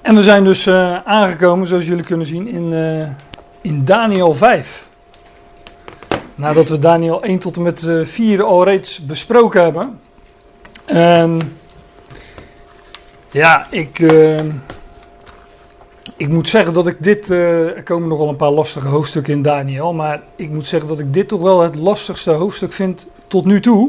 En we zijn dus aangekomen, zoals jullie kunnen zien, in Daniel 5. Nadat we Daniel 1 tot en met 4 al reeds besproken hebben. En ja, ik moet zeggen dat ik dit, er komen nog wel een paar lastige hoofdstukken in Daniel, maar ik moet zeggen dat ik dit toch wel het lastigste hoofdstuk vind tot nu toe.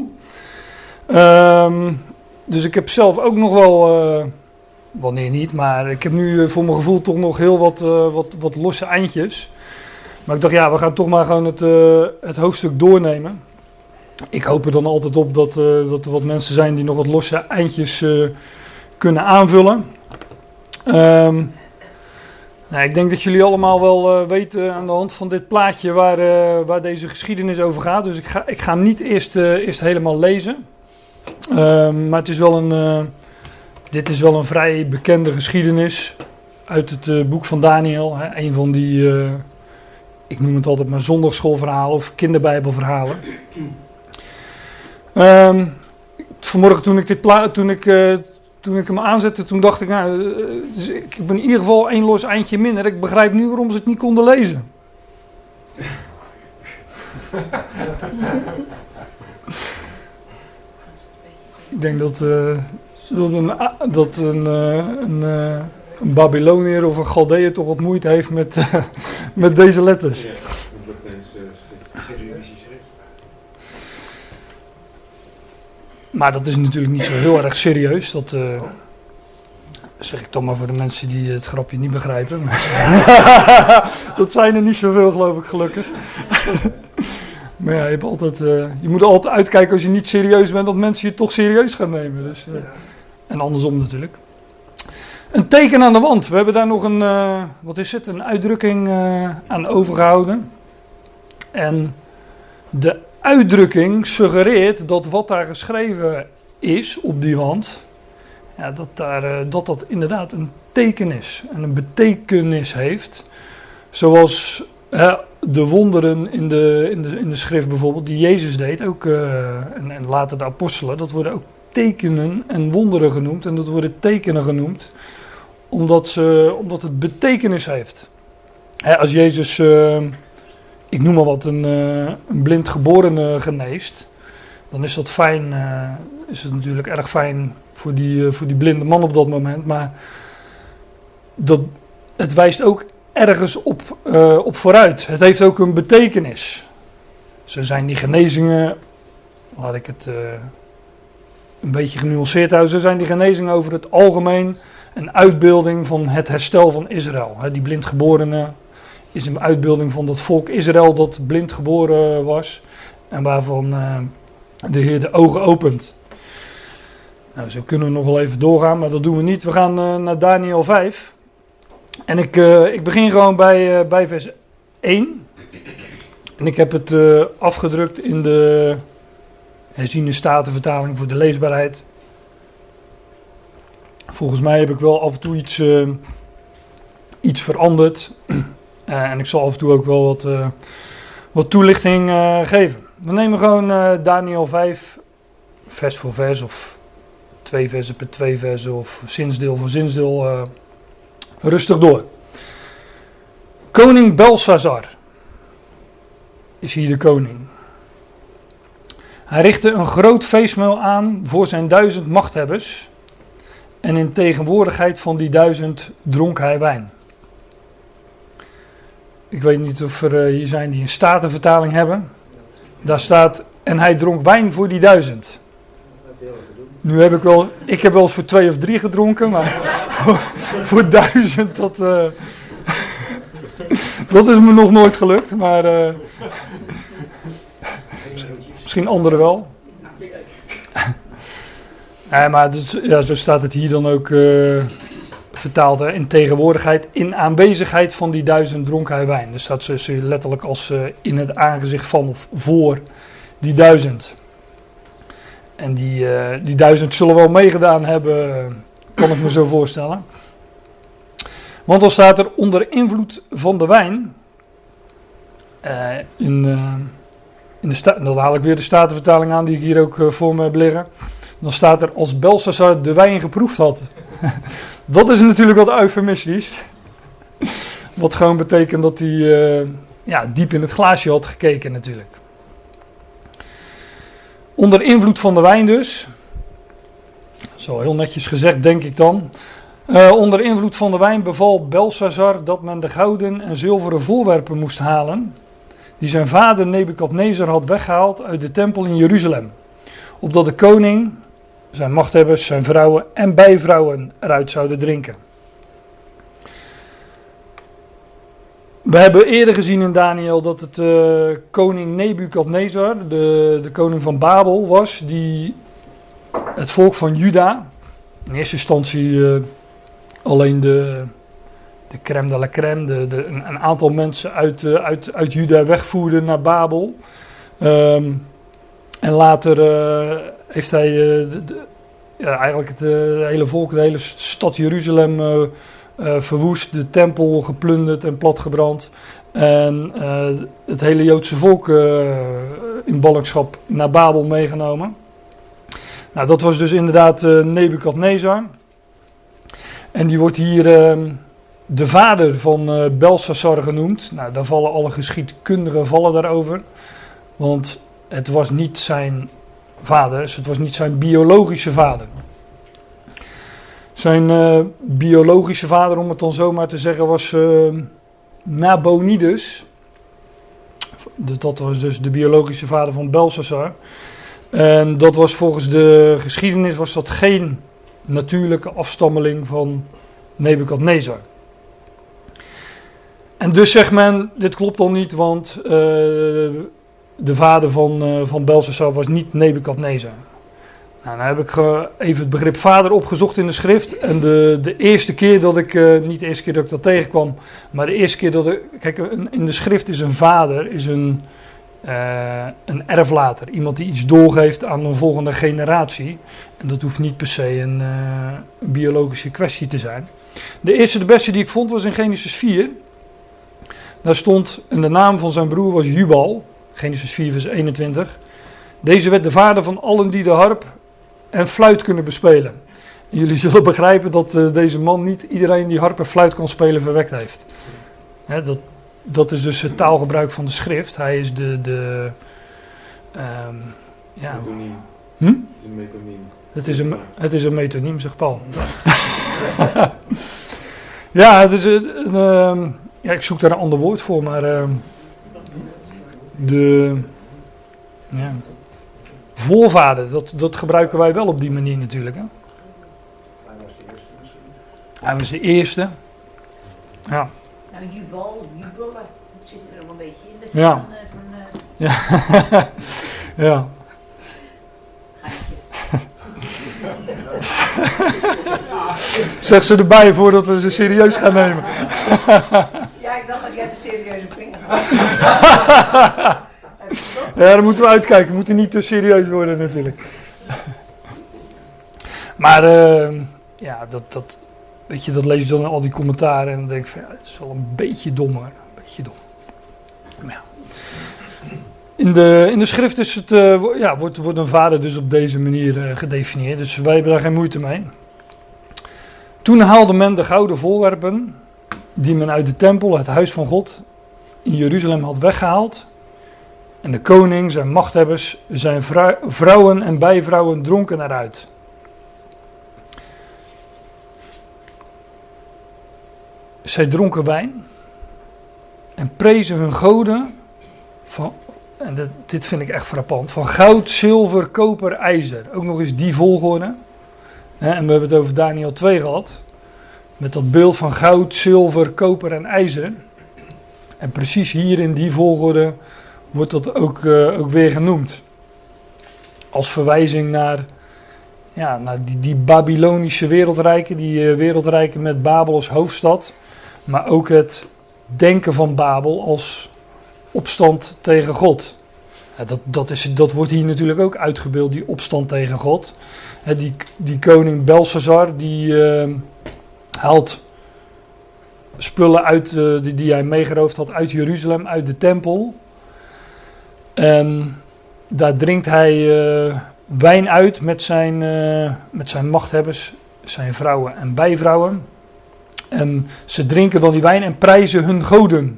Dus ik heb zelf ook nog wel, wanneer niet, maar ik heb nu voor mijn gevoel toch nog heel wat losse eindjes. Maar ik dacht, ja, we gaan toch maar gewoon het hoofdstuk doornemen. Ik hoop er dan altijd op dat er wat mensen zijn die nog wat losse eindjes kunnen aanvullen. Nou, ik denk dat jullie allemaal wel weten aan de hand van dit plaatje waar deze geschiedenis over gaat. Dus ik ga hem niet eerst helemaal lezen. Maar dit is wel een vrij bekende geschiedenis uit het boek van Daniel. Hè, een van die, ik noem het altijd maar zondagsschoolverhalen of kinderbijbelverhalen. Vanmorgen toen ik hem aanzette, toen dacht ik, nou, ik heb in ieder geval 1 los eindje minder. Ik begrijp nu waarom ze het niet konden lezen. Ik denk dat een Babyloniër of een Chaldeër toch wat moeite heeft met deze letters. Ja, maar dat is natuurlijk niet zo heel erg serieus. Dat zeg ik dan maar voor de mensen die het grapje niet begrijpen. Dat zijn er niet zoveel, geloof ik, gelukkig. Maar ja, je moet altijd uitkijken als je niet serieus bent, dat mensen je toch serieus gaan nemen. Dus, en andersom natuurlijk. Een teken aan de wand. We hebben daar nog een uitdrukking aan overgehouden. En de uitdrukking suggereert dat wat daar geschreven is op die wand, ja, dat inderdaad een teken is en een betekenis heeft. Zoals de wonderen in de schrift bijvoorbeeld, die Jezus deed, ook, en later de apostelen, dat worden ook tekenen en wonderen genoemd. En dat worden tekenen genoemd, omdat het betekenis heeft. Als Jezus, ik noem maar wat, een blind geborene geneest, dan is dat fijn, is het natuurlijk erg fijn voor die blinde man op dat moment. Maar het wijst ook ergens op vooruit. Het heeft ook een betekenis. Zo zijn die genezingen, laat ik het een beetje genuanceerd houden, zo zijn die genezingen over het algemeen een uitbeelding van het herstel van Israël. Die blindgeborene is een uitbeelding van dat volk Israël dat blind geboren was en waarvan de Heer de ogen opent. Nou, zo kunnen we nog wel even doorgaan, maar dat doen we niet. We gaan naar Daniel 5. En ik begin gewoon bij vers 1. En ik heb het afgedrukt in de herziene statenvertaling voor de leesbaarheid. Volgens mij heb ik wel af en toe iets veranderd. En ik zal af en toe ook wel wat toelichting geven. We nemen gewoon Daniel 5, vers voor vers, of 2 versen per 2 versen, of zinsdeel voor zinsdeel, rustig door. Koning Belshazzar is hier de koning. Hij richtte een groot feestmaal aan voor zijn 1000 machthebbers. En in tegenwoordigheid van die 1000 dronk hij wijn. Ik weet niet of er hier zijn die een statenvertaling hebben. Daar staat, en hij dronk wijn voor die 1000. Nu heb ik heb wel eens voor 2 of 3 gedronken, maar voor 1000, dat is me nog nooit gelukt. Maar misschien anderen wel. Maar dus, ja, zo staat het hier dan ook vertaald. Hè? In tegenwoordigheid, in aanwezigheid van die 1000 dronk hij wijn. Dus dat is letterlijk als in het aangezicht van of voor die 1000. En die 1000 zullen wel meegedaan hebben, kan ik me zo voorstellen. Want dan staat er onder invloed van de wijn, dan haal ik weer de statenvertaling aan die ik hier ook voor me heb liggen. Dan staat er als Belshazzar de wijn geproefd had. Dat is natuurlijk wat eufemistisch. Wat gewoon betekent dat hij diep in het glaasje had gekeken natuurlijk. Onder invloed van de wijn dus. Zo heel netjes gezegd denk ik dan. Onder invloed van de wijn beval Belshazzar dat men de gouden en zilveren voorwerpen moest halen. Die zijn vader Nebukadnezar had weggehaald uit de tempel in Jeruzalem. Opdat de koning, zijn machthebbers, zijn vrouwen en bijvrouwen eruit zouden drinken. We hebben eerder gezien in Daniel dat het koning Nebukadnezar, de koning van Babel was, die het volk van Juda, in eerste instantie alleen de crème de la crème, een aantal mensen uit Juda wegvoerde naar Babel. En later heeft hij eigenlijk het hele volk, de hele stad Jeruzalem verwoest, de tempel geplunderd en platgebrand. En het hele Joodse volk in ballingschap naar Babel meegenomen. Nou, dat was dus inderdaad Nebukadnezar. En die wordt hier de vader van Belshazzar genoemd. Nou, daar vallen alle geschiedkundigen daarover. Want het was niet zijn vader, dus het was niet zijn biologische vader. Zijn biologische vader, om het dan zomaar te zeggen, was Nabonidus. Dat was dus de biologische vader van Belshazzar. En dat was volgens de geschiedenis was dat geen natuurlijke afstammeling van Nebukadnezar. En dus zegt men, dit klopt al niet, want de vader van Belshazzar was niet Nebukadnezar. Nou, dan heb ik even het begrip vader opgezocht in de schrift. En de eerste keer dat ik, niet de eerste keer dat ik dat tegenkwam, maar de eerste keer dat ik, kijk, in de schrift is een vader, is een erflater. Iemand die iets doorgeeft aan een volgende generatie. En dat hoeft niet per se een biologische kwestie te zijn. De eerste, de beste die ik vond was in Genesis 4. Daar stond, en de naam van zijn broer was Jubal. Genesis 4 vers 21. Deze werd de vader van allen die de harp en fluit kunnen bespelen. En jullie zullen begrijpen dat deze man niet iedereen die harp en fluit kan spelen verwekt heeft. Hè, dat is dus het taalgebruik van de schrift. Hij is metoniem. Het is een metoniem. Het is een metoniem, zegt Paul. Ja, het is ik zoek daar een ander woord voor, maar voorvader, dat gebruiken wij wel op die manier natuurlijk. Hè? Hij was de eerste. Ja. Nou, jubelen, dat zit er nog een beetje in. Ja. Ja. Ja. Zeg ze erbij voordat we ze serieus gaan nemen. Ja, ik dacht dat jij de serieuze vinger. Ja, daar moeten we uitkijken. We moeten niet te serieus worden natuurlijk. Maar weet je, dat lees je dan in al die commentaren en dan denk ik van, ja, het is wel een beetje dom hoor. Een beetje dom. Ja. In de schrift is het, wordt een vader dus op deze manier gedefinieerd. Dus wij hebben daar geen moeite mee. Toen haalde men de gouden voorwerpen die men uit de tempel, het huis van God, in Jeruzalem had weggehaald. En de koning, zijn machthebbers, zijn vrouwen en bijvrouwen dronken eruit. Zij dronken wijn en prezen hun goden van, en dit vind ik echt frappant, van goud, zilver, koper, ijzer. Ook nog eens die volgorde. En we hebben het over Daniel 2 gehad. Met dat beeld van goud, zilver, koper en ijzer. En precies hier in die volgorde wordt dat ook weer genoemd. Als verwijzing naar die Babylonische wereldrijken. Die wereldrijken met Babel als hoofdstad. Maar ook het denken van Babel als opstand tegen God. Dat wordt hier natuurlijk ook uitgebeeld, die opstand tegen God. Die koning Belshazzar, die haalt spullen uit die hij meegeroofd had uit Jeruzalem, uit de tempel. En daar drinkt hij wijn uit met zijn machthebbers, zijn vrouwen en bijvrouwen. En ze drinken dan die wijn en prijzen hun goden.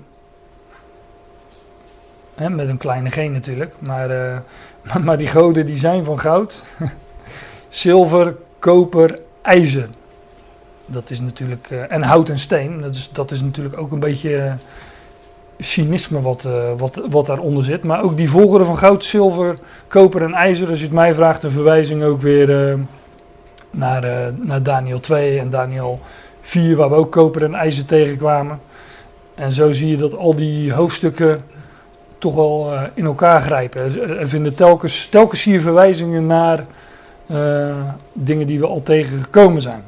Met een kleine g natuurlijk, maar die goden die zijn van goud, zilver, koper, ijzer. Dat is natuurlijk, en hout en steen, dat is natuurlijk ook een beetje cynisme wat daaronder zit. Maar ook die volgeren van goud, zilver, koper en ijzer, als je het mij vraagt, een verwijzing ook weer naar Daniel 2 en Daniel 4, waar we ook koper en ijzer tegenkwamen. En zo zie je dat al die hoofdstukken toch wel in elkaar grijpen. Er vinden telkens hier verwijzingen naar dingen die we al tegengekomen zijn.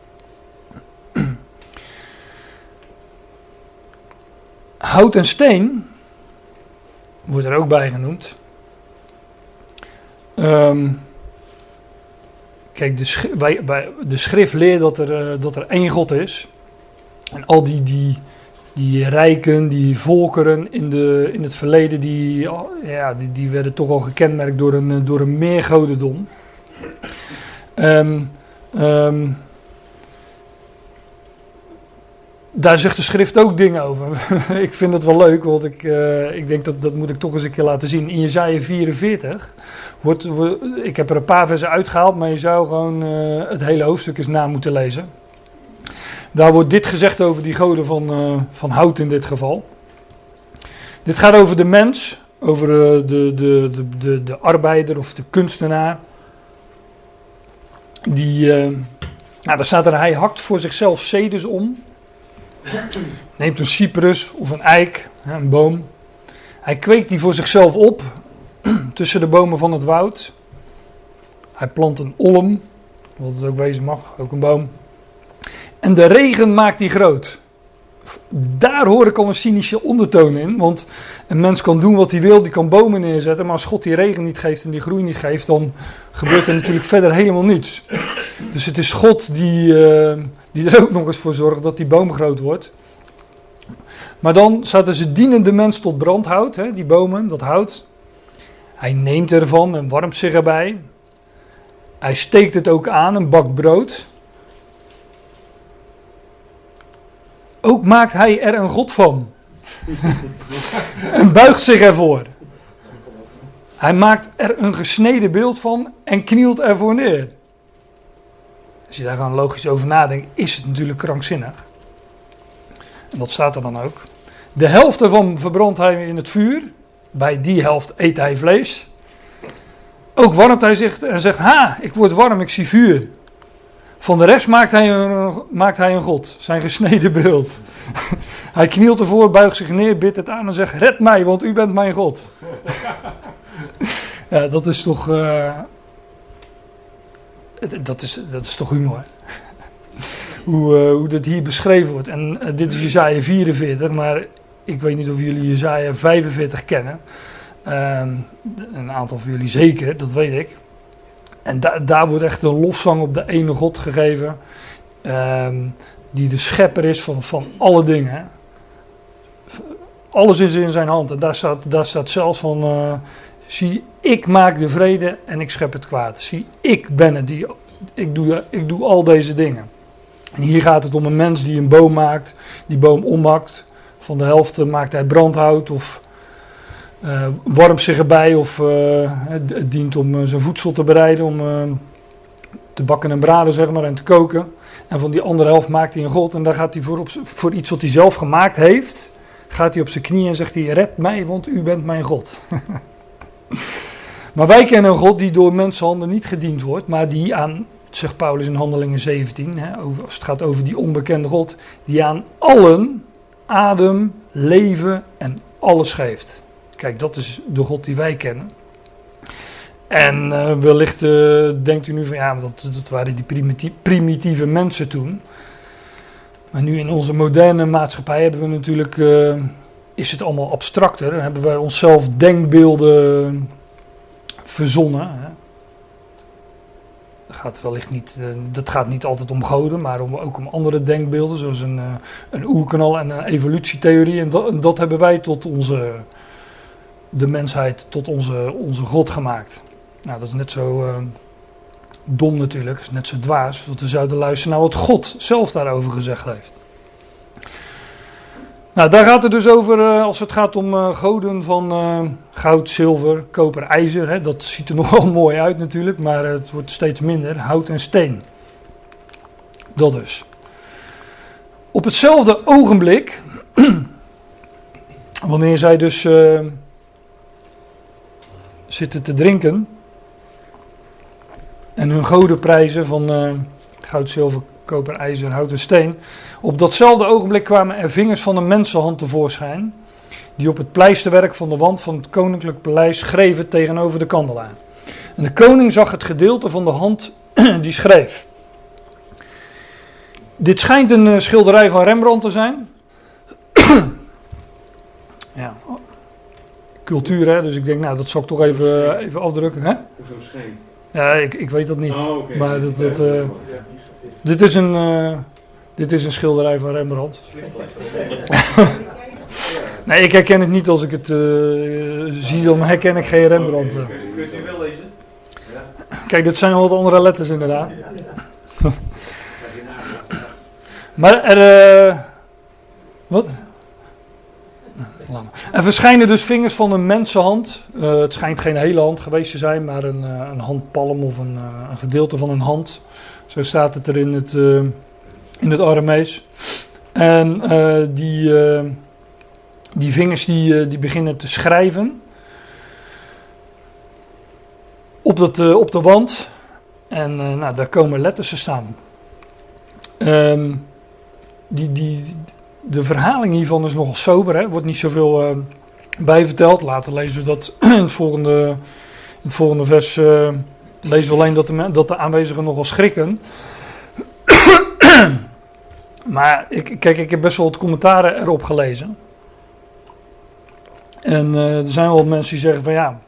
Hout en steen wordt er ook bij genoemd. Kijk, de schrift leert dat er één God is. En al die rijken, die volkeren in het verleden, die werden toch al gekenmerkt door een meergodendom. Daar zegt de schrift ook dingen over. Ik vind het wel leuk, want ik denk dat moet ik toch eens een keer laten zien. In Jesaja 44 ik heb er een paar versen uitgehaald, maar je zou gewoon het hele hoofdstuk eens na moeten lezen. Daar wordt dit gezegd over die goden van hout in dit geval. Dit gaat over de mens, over de arbeider of de kunstenaar. Daar staat er, hij hakt voor zichzelf ceders om. Neemt een cyprus of een eik, een boom. Hij kweekt die voor zichzelf op, tussen de bomen van het woud. Hij plant een olm, wat het ook wezen mag, ook een boom. En de regen maakt die groot. Daar hoor ik al een cynische ondertoon in. Want een mens kan doen wat hij wil, die kan bomen neerzetten. Maar als God die regen niet geeft en die groei niet geeft, dan gebeurt er natuurlijk verder helemaal niets. Dus het is God die er ook nog eens voor zorgt dat die boom groot wordt. Maar dan staat er, ze dienen de mens tot brandhout, die bomen, dat hout. Hij neemt ervan en warmt zich erbij. Hij steekt het ook aan, een bak brood. Ook maakt hij er een god van. En buigt zich ervoor. Hij maakt er een gesneden beeld van en knielt ervoor neer. Als je daar gewoon logisch over nadenkt, is het natuurlijk krankzinnig. En dat staat er dan ook. De helft ervan verbrandt hij in het vuur. Bij die helft eet hij vlees. Ook warmt hij zich en zegt, ik word warm, ik zie vuur. Van de rest maakt hij een god, zijn gesneden beeld. Hij knielt ervoor, buigt zich neer, bidt het aan en zegt, red mij, want u bent mijn god. Ja, dat is toch... Dat is toch humor. Hoe dat hier beschreven wordt. En dit is Jesaja 44, maar ik weet niet of jullie Jesaja 45 kennen. Een aantal van jullie zeker, dat weet ik. En daar wordt echt een lofzang op de ene God gegeven. Die de schepper is van alle dingen. Alles is in zijn hand. En daar staat zelfs van... zie, ik maak de vrede en ik schep het kwaad. Zie, ik ben het. Ik doe al deze dingen. En hier gaat het om een mens die een boom maakt. Die boom ommakt. Van de helft maakt hij brandhout of... warmt zich erbij of het dient om zijn voedsel te bereiden, om te bakken en braden zeg maar en te koken. En van die andere helft maakt hij een god en daar gaat hij voor iets wat hij zelf gemaakt heeft, gaat hij op zijn knieën en zegt hij, red mij, want u bent mijn God. Maar wij kennen een God die door mensenhanden niet gediend wordt, maar die aan, zegt Paulus in Handelingen 17, als het gaat over die onbekende God, die aan allen adem, leven en alles geeft. Kijk, dat is de God die wij kennen. En wellicht denkt u nu van, ja, dat waren die primitieve mensen toen. Maar nu in onze moderne maatschappij hebben we natuurlijk, is het allemaal abstracter. Dan hebben wij onszelf denkbeelden verzonnen. Hè. Dat gaat niet altijd om goden, maar ook om andere denkbeelden. Zoals een oerknal en een evolutietheorie. En dat hebben wij tot de mensheid tot onze God gemaakt. Nou, dat is net zo dom natuurlijk, is net zo dwaas, dat we zouden luisteren naar wat God zelf daarover gezegd heeft. Nou, daar gaat het dus over als het gaat om goden van goud, zilver, koper, ijzer. Hè. Dat ziet er nogal mooi uit natuurlijk, maar het wordt steeds minder. Hout en steen. Dat dus. Op hetzelfde ogenblik, wanneer zij dus zitten te drinken en hun goden prijzen van goud, zilver, koper, ijzer, hout en steen. Op datzelfde ogenblik kwamen er vingers van een mensenhand tevoorschijn, die op het pleisterwerk van de wand van het koninklijk paleis schreven tegenover de kandelaar. En de koning zag het gedeelte van de hand die schreef. Dit schijnt een schilderij van Rembrandt te zijn. Ja, cultuur hè, dus ik denk nou dat zal ik toch even afdrukken. Hè? Hoezo schijnt? Ja, ik weet dat niet. Oh, okay. Maar dit is een schilderij van Rembrandt. Nee, ik herken het niet als ik het zie, dan herken ik geen Rembrandt. Kun je het nu wel lezen? Kijk, dit zijn wel wat andere letters inderdaad. Maar wat? Er verschijnen dus vingers van een mensenhand. Het schijnt geen hele hand geweest te zijn, maar een handpalm of een gedeelte van een hand. Zo staat het er in het Aramees. En die vingers die beginnen te schrijven op de wand. En nou, daar komen letters te staan. De verhaling hiervan is nogal sober. Er wordt niet zoveel bij verteld. Later lezen we dat in het volgende vers. Lezen we alleen dat de aanwezigen nogal schrikken. Maar ik heb best wel wat commentaren erop gelezen. En er zijn wel mensen die zeggen van ja,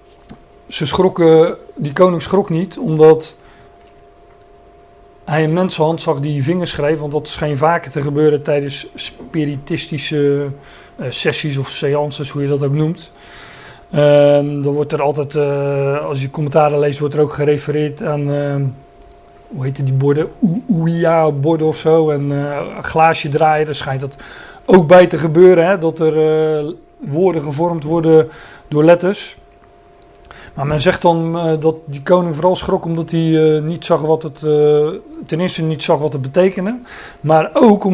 die koning schrok niet, omdat hij een mensenhand zag die vingers schreef, want dat scheen vaker te gebeuren tijdens spiritistische sessies of seances, hoe je dat ook noemt. Dan wordt er altijd, als je commentaren leest, wordt er ook gerefereerd aan, hoe heette die borden? Ouija-borden of zo. En een glaasje draaien, daar schijnt dat ook bij te gebeuren, hè, dat er woorden gevormd worden door letters. Maar men zegt dan dat die koning vooral schrok omdat hij niet zag wat het, ten eerste niet zag wat het betekende, maar ook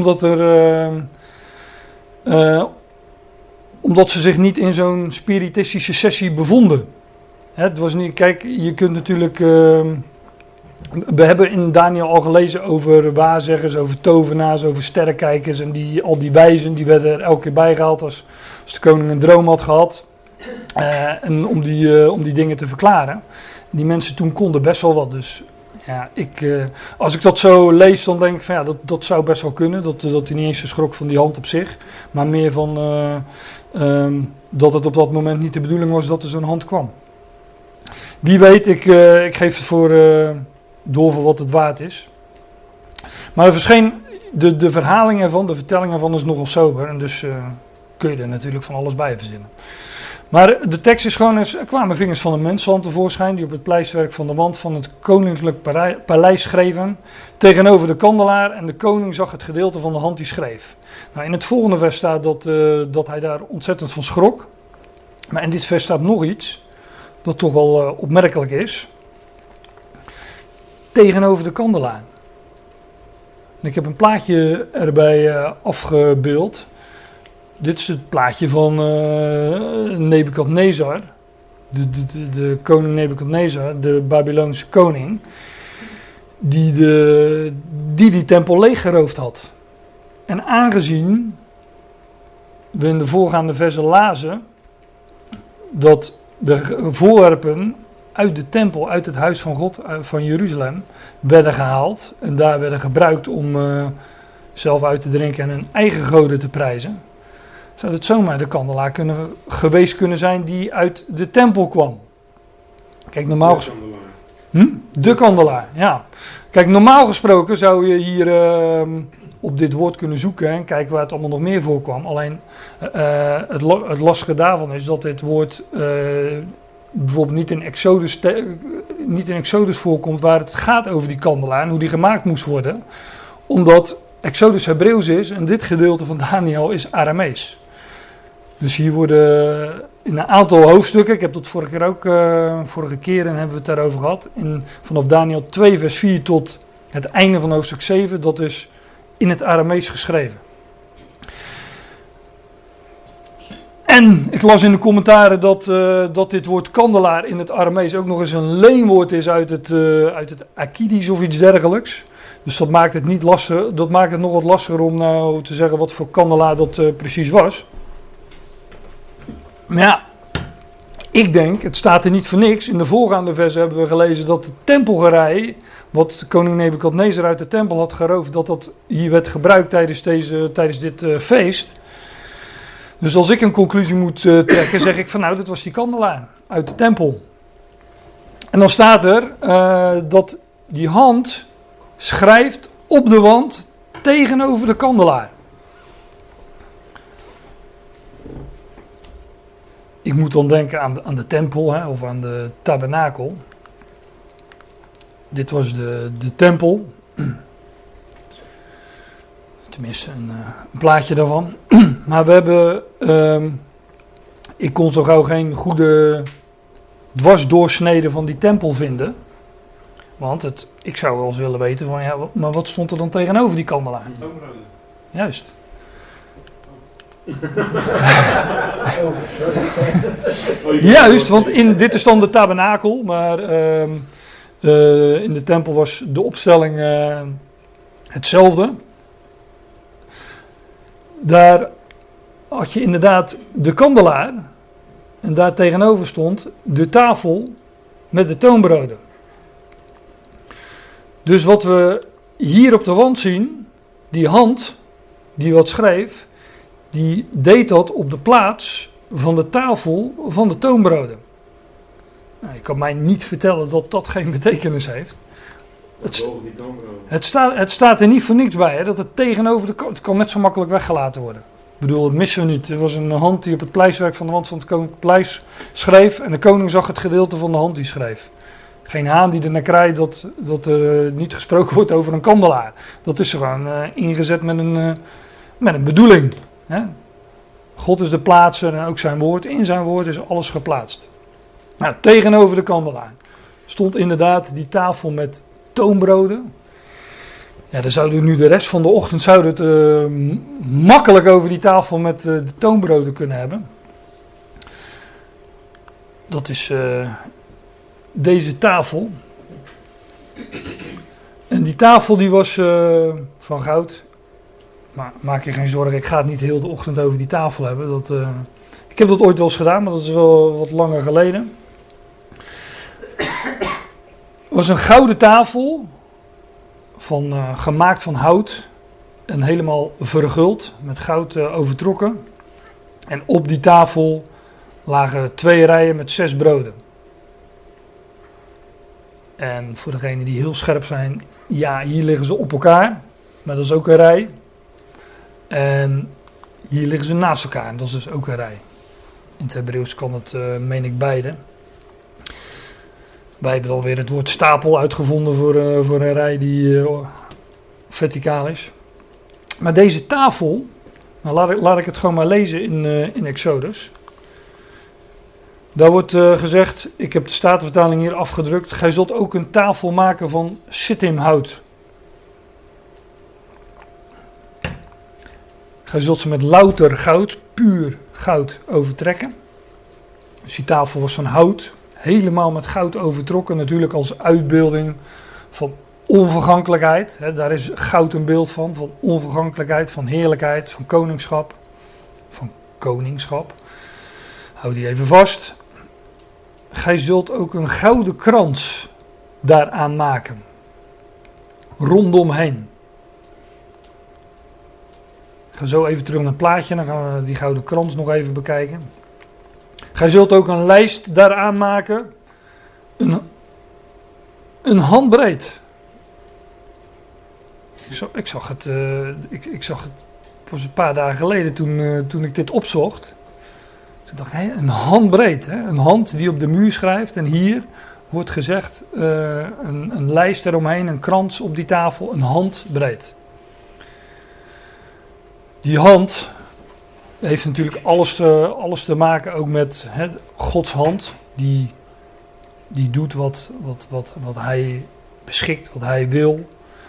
omdat ze zich niet in zo'n spiritistische sessie bevonden. Het was niet, kijk, je kunt natuurlijk, we hebben in Daniel al gelezen over waarzeggers, over tovenaars, over sterrenkijkers en al die wijzen, die werden er elke keer bijgehaald als de koning een droom had gehad. En om die dingen te verklaren. Die mensen toen konden best wel wat. Dus ja, als ik dat zo lees, dan denk ik van ja, dat zou best wel kunnen. Dat hij niet eens schrok van die hand op zich. Maar meer van dat het op dat moment niet de bedoeling was dat er zo'n hand kwam. Wie weet, ik geef het door voor wat het waard is. Maar er verscheen de verhaling ervan, de vertelling ervan is nogal sober. En dus kun je er natuurlijk van alles bij verzinnen. Maar de tekst is gewoon, er kwamen vingers van een mensenhand tevoorschijn die op het pleisterwerk van de wand van het koninklijk paleis schreven tegenover de kandelaar en de koning zag het gedeelte van de hand die schreef. Nou, in het volgende vers staat dat hij daar ontzettend van schrok. Maar in dit vers staat nog iets dat toch wel opmerkelijk is. Tegenover de kandelaar. En ik heb een plaatje erbij afgebeeld. Dit is het plaatje van Nebukadnezar, de koning Nebukadnezar, de Babylonische koning, die tempel leeggeroofd had. En aangezien we in de voorgaande versen lazen dat de voorwerpen uit de tempel, uit het huis van God, van Jeruzalem, werden gehaald en daar werden gebruikt om zelf uit te drinken en hun eigen goden te prijzen, zou het zomaar de kandelaar geweest kunnen zijn die uit de tempel kwam. Kijk, normaal gesproken. De kandelaar, ja. Kijk, normaal gesproken zou je hier op dit woord kunnen zoeken en kijken waar het allemaal nog meer voorkwam. Alleen het lastige daarvan is dat dit woord bijvoorbeeld niet in Exodus voorkomt, waar het gaat over die kandelaar en hoe die gemaakt moest worden. Omdat Exodus Hebreeuws is en dit gedeelte van Daniel is Aramees. Dus hier worden in een aantal hoofdstukken, ik heb dat vorige keren hebben we het daarover gehad, vanaf Daniel 2 vers 4 tot het einde van hoofdstuk 7, dat is in het Aramees geschreven. En ik las in de commentaren dat dit woord kandelaar in het Aramees ook nog eens een leenwoord is uit het Akkidisch of iets dergelijks. Dus dat maakt het niet lastig, dat maakt het nog wat lastiger om nou te zeggen wat voor kandelaar dat precies was. Maar ja, ik denk, het staat er niet voor niks. In de voorgaande versen hebben we gelezen dat de tempelgerei, wat koning Nebukadnezar uit de tempel had geroofd, dat hier werd gebruikt tijdens dit feest. Dus als ik een conclusie moet trekken, zeg ik van nou, dit was die kandelaar uit de tempel. En dan staat er dat die hand schrijft op de wand tegenover de kandelaar. Ik moet dan denken aan de tempel of aan de tabernakel. Dit was de tempel. Tenminste, een plaatje daarvan. Maar we hebben... ik kon zo gauw geen goede dwarsdoorsnede van die tempel vinden. Want ik zou wel eens willen weten van... Ja, maar wat stond er dan tegenover die kandelaar? Juist. Juist, want dit is dan de tabernakel. Maar in de tempel was de opstelling hetzelfde. Daar had je inderdaad de kandelaar. En daar tegenover stond de tafel met de toonbroden. Dus wat we hier op de wand zien, die hand die wat schreef, die deed dat op de plaats van de tafel van de toonbroden. Nou, je kan mij niet vertellen dat dat geen betekenis heeft. Het staat er niet voor niks bij, hè, dat het tegenover het kan net zo makkelijk weggelaten worden. Ik bedoel, dat missen we niet. Er was een hand die op het pleiswerk van de wand van het Koninklijk Paleis schreef en de koning zag het gedeelte van de hand die schreef. Geen haan die er naar krijgt dat er niet gesproken wordt over een kandelaar. Dat is gewoon ingezet met een bedoeling. Hè? God is de plaatser en ook zijn woord. In zijn woord is alles geplaatst. Nou, tegenover de kandelaar stond inderdaad die tafel met toonbroden. Ja, dan zouden we nu de rest van de ochtend makkelijk over die tafel met de toonbroden kunnen hebben. Dat is deze tafel. En die tafel die was van goud. Maar maak je geen zorgen, ik ga het niet heel de ochtend over die tafel hebben. Ik heb dat ooit wel eens gedaan, maar dat is wel wat langer geleden. Het was een gouden tafel, gemaakt van hout en helemaal verguld, met goud overtrokken. En op die tafel lagen 2 rijen met 6 broden. En voor degenen die heel scherp zijn, ja, hier liggen ze op elkaar, maar dat is ook een rij. En hier liggen ze naast elkaar en dat is dus ook een rij. In het Hebreeuws kan het, meen ik, beide. Wij hebben alweer het woord stapel uitgevonden voor een rij die verticaal is. Maar deze tafel, nou laat ik het gewoon maar lezen in Exodus. Daar wordt gezegd, ik heb de Statenvertaling hier afgedrukt, gij zult ook een tafel maken van sittimhout. Gij zult ze met louter goud, puur goud, overtrekken. Dus die tafel was van hout, helemaal met goud overtrokken, natuurlijk als uitbeelding van onvergankelijkheid. Daar is goud een beeld van onvergankelijkheid, van heerlijkheid, van koningschap. Van koningschap. Hou die even vast. Gij zult ook een gouden krans daaraan maken. Rondomheen. Ik ga zo even terug naar het plaatje, dan gaan we die gouden krans nog even bekijken. Gij zult ook een lijst daaraan maken. Een handbreed. Ik zag het pas een paar dagen geleden toen ik dit opzocht. Toen dacht ik, een handbreed, een hand die op de muur schrijft. En hier wordt gezegd, een lijst eromheen, een krans op die tafel, een handbreed. Die hand heeft natuurlijk alles te maken ook met Gods hand. Die doet wat hij beschikt, wat hij wil.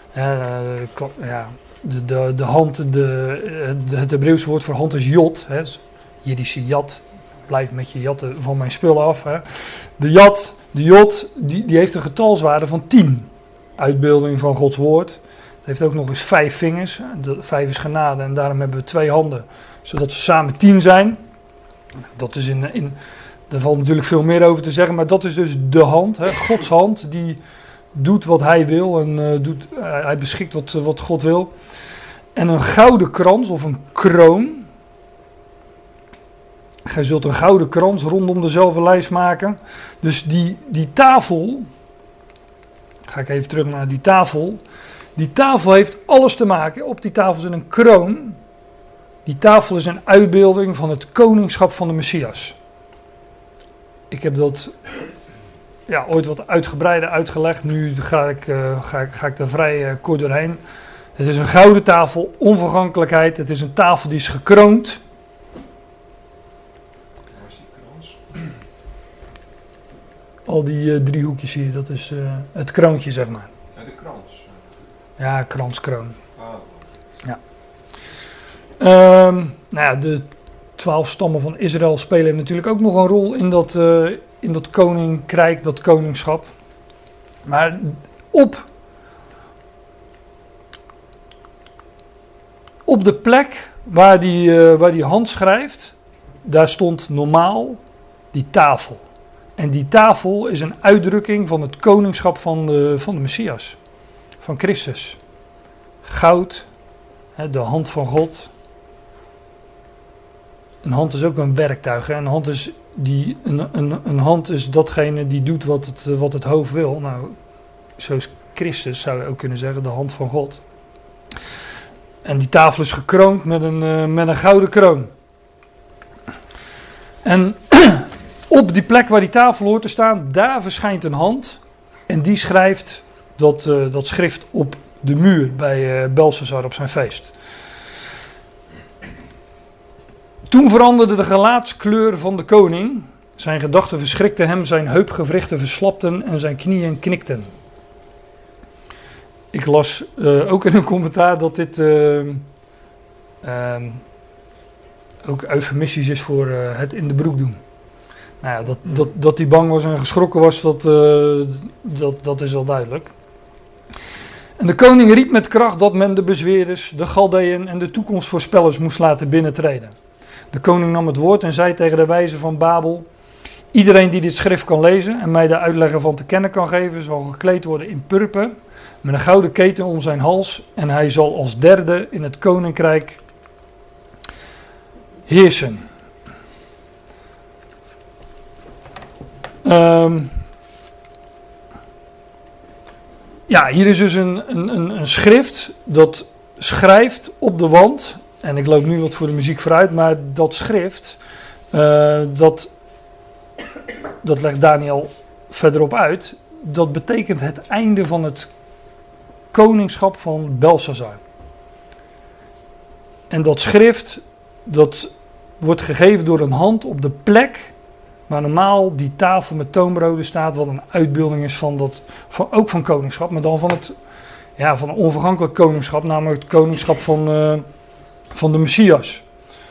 De hand, het Hebreeuwse woord voor hand is jod. Jiddische jat, blijf met je jatten van mijn spullen af. De jod, die heeft een getalswaarde van 10. Uitbeelding van Gods woord. Het heeft ook nog eens 5 vingers. 5 is genade en daarom hebben we 2 handen. Zodat ze samen 10 zijn. Dat is daar valt natuurlijk veel meer over te zeggen. Maar dat is dus de hand. Gods hand die doet wat hij wil. En hij beschikt wat God wil. En een gouden krans of een kroon. Gij zult een gouden krans rondom dezelfde lijst maken. Dus die tafel. Ga ik even terug naar die tafel. Die tafel heeft alles te maken. Op die tafel zit een kroon. Die tafel is een uitbeelding van het koningschap van de Messias. Ik heb dat ooit wat uitgebreider uitgelegd. Nu ga ik er vrij kort doorheen. Het is een gouden tafel, onvergankelijkheid. Het is een tafel die is gekroond. Waar is die krans? Al die driehoekjes hier, dat is het kroontje, zeg maar. Ja, de krans. Ja, kroon. Ah. Ja. De 12 stammen van Israël spelen natuurlijk ook nog een rol in dat koninkrijk, dat koningschap. Maar op de plek waar die hand schrijft, daar stond normaal die tafel. En die tafel is een uitdrukking van het koningschap van de Messias, van Christus. Goud, de hand van God. Een hand is ook een werktuig. Een hand is datgene die doet wat het hoofd wil. Nou, zoals Christus zou je ook kunnen zeggen, de hand van God. En die tafel is gekroond met een gouden kroon. En op die plek waar die tafel hoort te staan, daar verschijnt een hand. En die schrijft dat schrift op de muur bij Belshazzar op zijn feest. Toen veranderde de gelaatskleur van de koning. Zijn gedachten verschrikten hem, zijn heupgewrichten verslapten en zijn knieën knikten. Ik las ook in een commentaar dat dit ook eufemistisch is voor het in de broek doen. Nou ja, dat hij bang was en geschrokken was, dat is al duidelijk. En de koning riep met kracht dat men de bezweerders, de Galdeën en de toekomstvoorspellers moest laten binnentreden. De koning nam het woord en zei tegen de wijzen van Babel: iedereen die dit schrift kan lezen en mij de uitleg ervan te kennen kan geven, zal gekleed worden in purper, met een gouden keten om zijn hals, en hij zal als derde in het koninkrijk heersen. Hier is dus een schrift dat schrijft op de wand. En ik loop nu wat voor de muziek vooruit, maar dat schrift, dat legt Daniel verderop uit. Dat betekent het einde van het koningschap van Belshazzar. En dat schrift, dat wordt gegeven door een hand op de plek waar normaal die tafel met toonbroden staat, wat een uitbeelding is ook van koningschap, maar dan van een onvergankelijk koningschap, namelijk het koningschap van de Messias.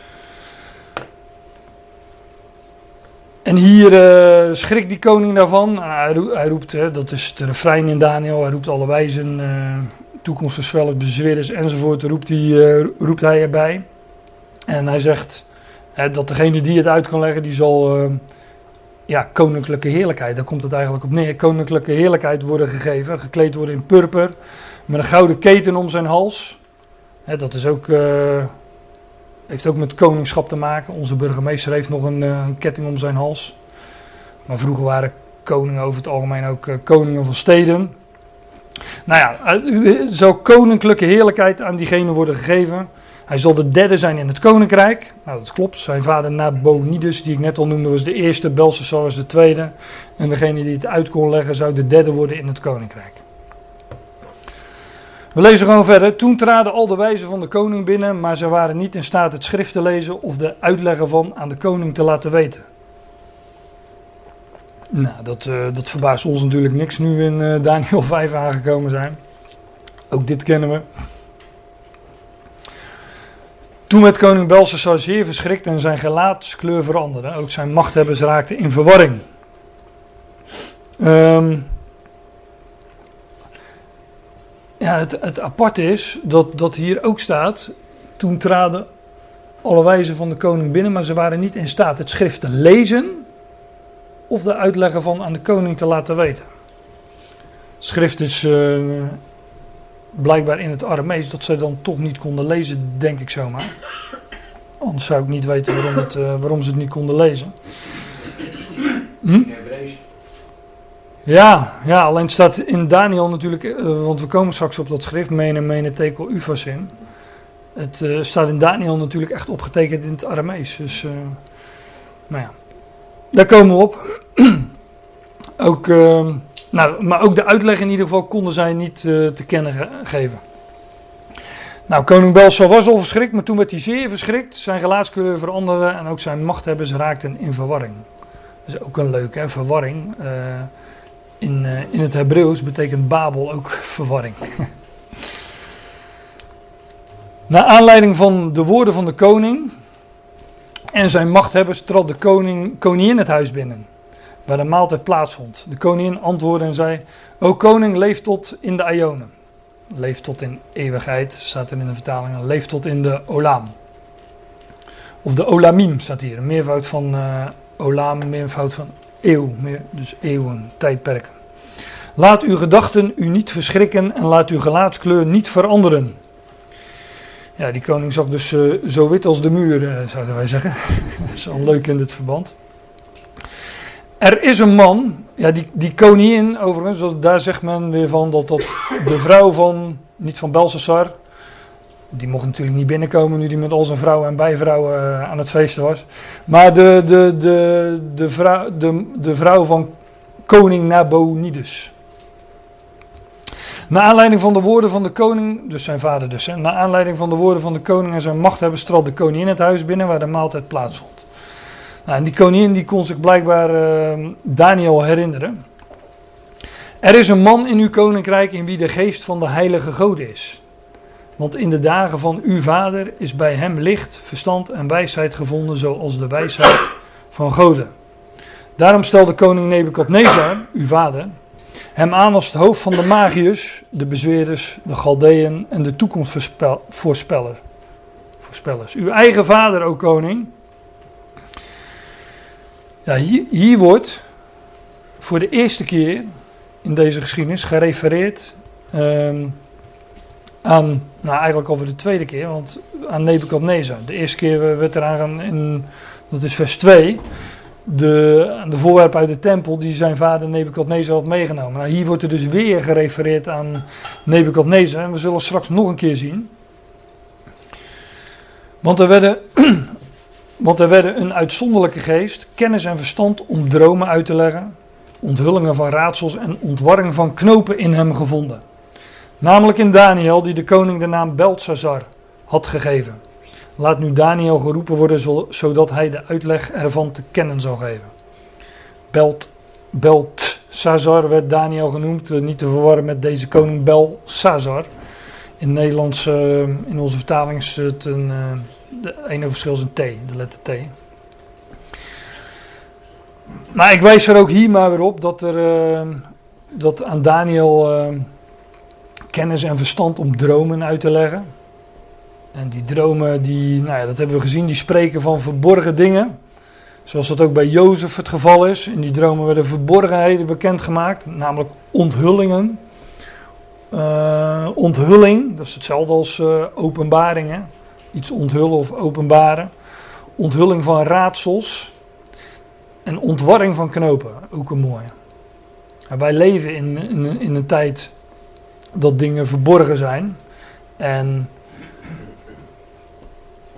En hier schrikt die koning daarvan. Hij roept, dat is de refrein in Daniel, hij roept alle wijzen, toekomstvoorspellers, bezweerders enzovoort, roept hij erbij. En hij zegt dat degene die het uit kan leggen, die zal koninklijke heerlijkheid, daar komt het eigenlijk op neer, koninklijke heerlijkheid worden gegeven, gekleed worden in purper, met een gouden keten om zijn hals. Dat is ook, heeft ook met koningschap te maken. Onze burgemeester heeft nog een ketting om zijn hals. Maar vroeger waren koningen over het algemeen ook koningen van steden. Nou ja, er zal koninklijke heerlijkheid aan diegene worden gegeven. Hij zal de derde zijn in het koninkrijk. Nou, dat klopt. Zijn vader Nabonidus, die ik net al noemde, was de eerste. Belshazzar was de tweede. En degene die het uit kon leggen, zou de derde worden in het koninkrijk. We lezen gewoon verder. Toen traden al de wijzen van de koning binnen, maar ze waren niet in staat het schrift te lezen of de uitleg ervan aan de koning te laten weten. Nou, dat verbaast ons natuurlijk niks nu we in Daniel 5 aangekomen zijn. Ook dit kennen we. Toen werd koning Belshazzar zeer verschrikt en zijn gelaatskleur veranderde. Ook zijn machthebbers raakten in verwarring. Het aparte is dat hier ook staat, toen traden alle wijzen van de koning binnen, maar ze waren niet in staat het schrift te lezen of de uitleg ervan aan de koning te laten weten. Het schrift is blijkbaar in het Aramees dat ze dan toch niet konden lezen, denk ik zomaar. Anders zou ik niet weten waarom ze het niet konden lezen. Ja, alleen staat in Daniel natuurlijk, want we komen straks op dat schrift, mene tekel ufasin. Het staat in Daniel natuurlijk echt opgetekend in het Aramees. Dus, nou ja, daar komen we op. Ook, maar ook de uitleg in ieder geval konden zij niet te kennen geven. Nou, koning Belshazzar was al verschrikt, maar toen werd hij zeer verschrikt. Zijn gelaatskleur veranderde en ook zijn machthebbers raakten in verwarring. Dat is ook een leuke, hè? Verwarring. In het Hebreeuws betekent Babel ook verwarring. Naar aanleiding van de woorden van de koning en zijn machthebbers trad de koningin het huis binnen, waar de maaltijd plaatsvond. De koningin antwoordde en zei: O koning, leef tot in de Aionen. Leef tot in eeuwigheid, staat er in de vertaling. Leef tot in de Olam. Of de Olamim staat hier. Een meervoud van Olam, een meervoud van eeuw. Dus eeuwen, tijdperken. Laat uw gedachten u niet verschrikken en laat uw gelaatskleur niet veranderen. Ja, die koning zag dus zo wit als de muur, zouden wij zeggen. Dat is wel leuk in dit verband. Er is een man, ja, die koningin overigens, daar zegt men weer van dat de vrouw van, niet van Belshazzar, die mocht natuurlijk niet binnenkomen nu die met al zijn vrouwen en bijvrouwen aan het feesten was. Maar de vrouw van koning Nabonidus. Naar aanleiding van de woorden van de koning, dus zijn vader dus, hè, naar aanleiding van de woorden van de koning en zijn machthebbers trad de koningin het huis binnen waar de maaltijd plaatsvond. Nou, en die koningin die kon zich blijkbaar Daniel herinneren. Er is een man in uw koninkrijk in wie de geest van de heilige God is. Want in de dagen van uw vader is bij hem licht, verstand en wijsheid gevonden zoals de wijsheid van Goden. Daarom stelde koning Nebukadnezar, uw vader, hem aan als het hoofd van de magiërs, de bezweerders, de Galdeën en de toekomstvoorspellers. Uw eigen vader, o koning. Ja, hier wordt voor de eerste keer in deze geschiedenis gerefereerd aan, nou eigenlijk al voor de tweede keer, want aan Nebukadnezar. De eerste keer werd eraan in, dat is vers 2, de voorwerpen uit de tempel die zijn vader Nebukadnezar had meegenomen. Nou, hier wordt er dus weer gerefereerd aan Nebukadnezar en we zullen straks nog een keer zien. Want er werden een uitzonderlijke geest, kennis en verstand om dromen uit te leggen, onthullingen van raadsels en ontwarring van knopen in hem gevonden. Namelijk in Daniel, die de koning de naam Belteshazzar had gegeven. Laat nu Daniel geroepen worden, zodat hij de uitleg ervan te kennen zal geven. Belteshazzar werd Daniel genoemd, niet te verwarren met deze koning Belshazzar. In Nederlands, in onze vertaling is het een enige verschil is een T, de letter T. Maar ik wijs er ook hier maar weer op dat aan Daniel kennis en verstand om dromen uit te leggen. En die dromen, dat hebben we gezien, die spreken van verborgen dingen. Zoals dat ook bij Jozef het geval is. In die dromen werden verborgenheden bekendgemaakt, namelijk onthullingen. Onthulling, dat is hetzelfde als openbaringen. Iets onthullen of openbaren. Onthulling van raadsels. En ontwarring van knopen, ook een mooie. En wij leven in een tijd dat dingen verborgen zijn. En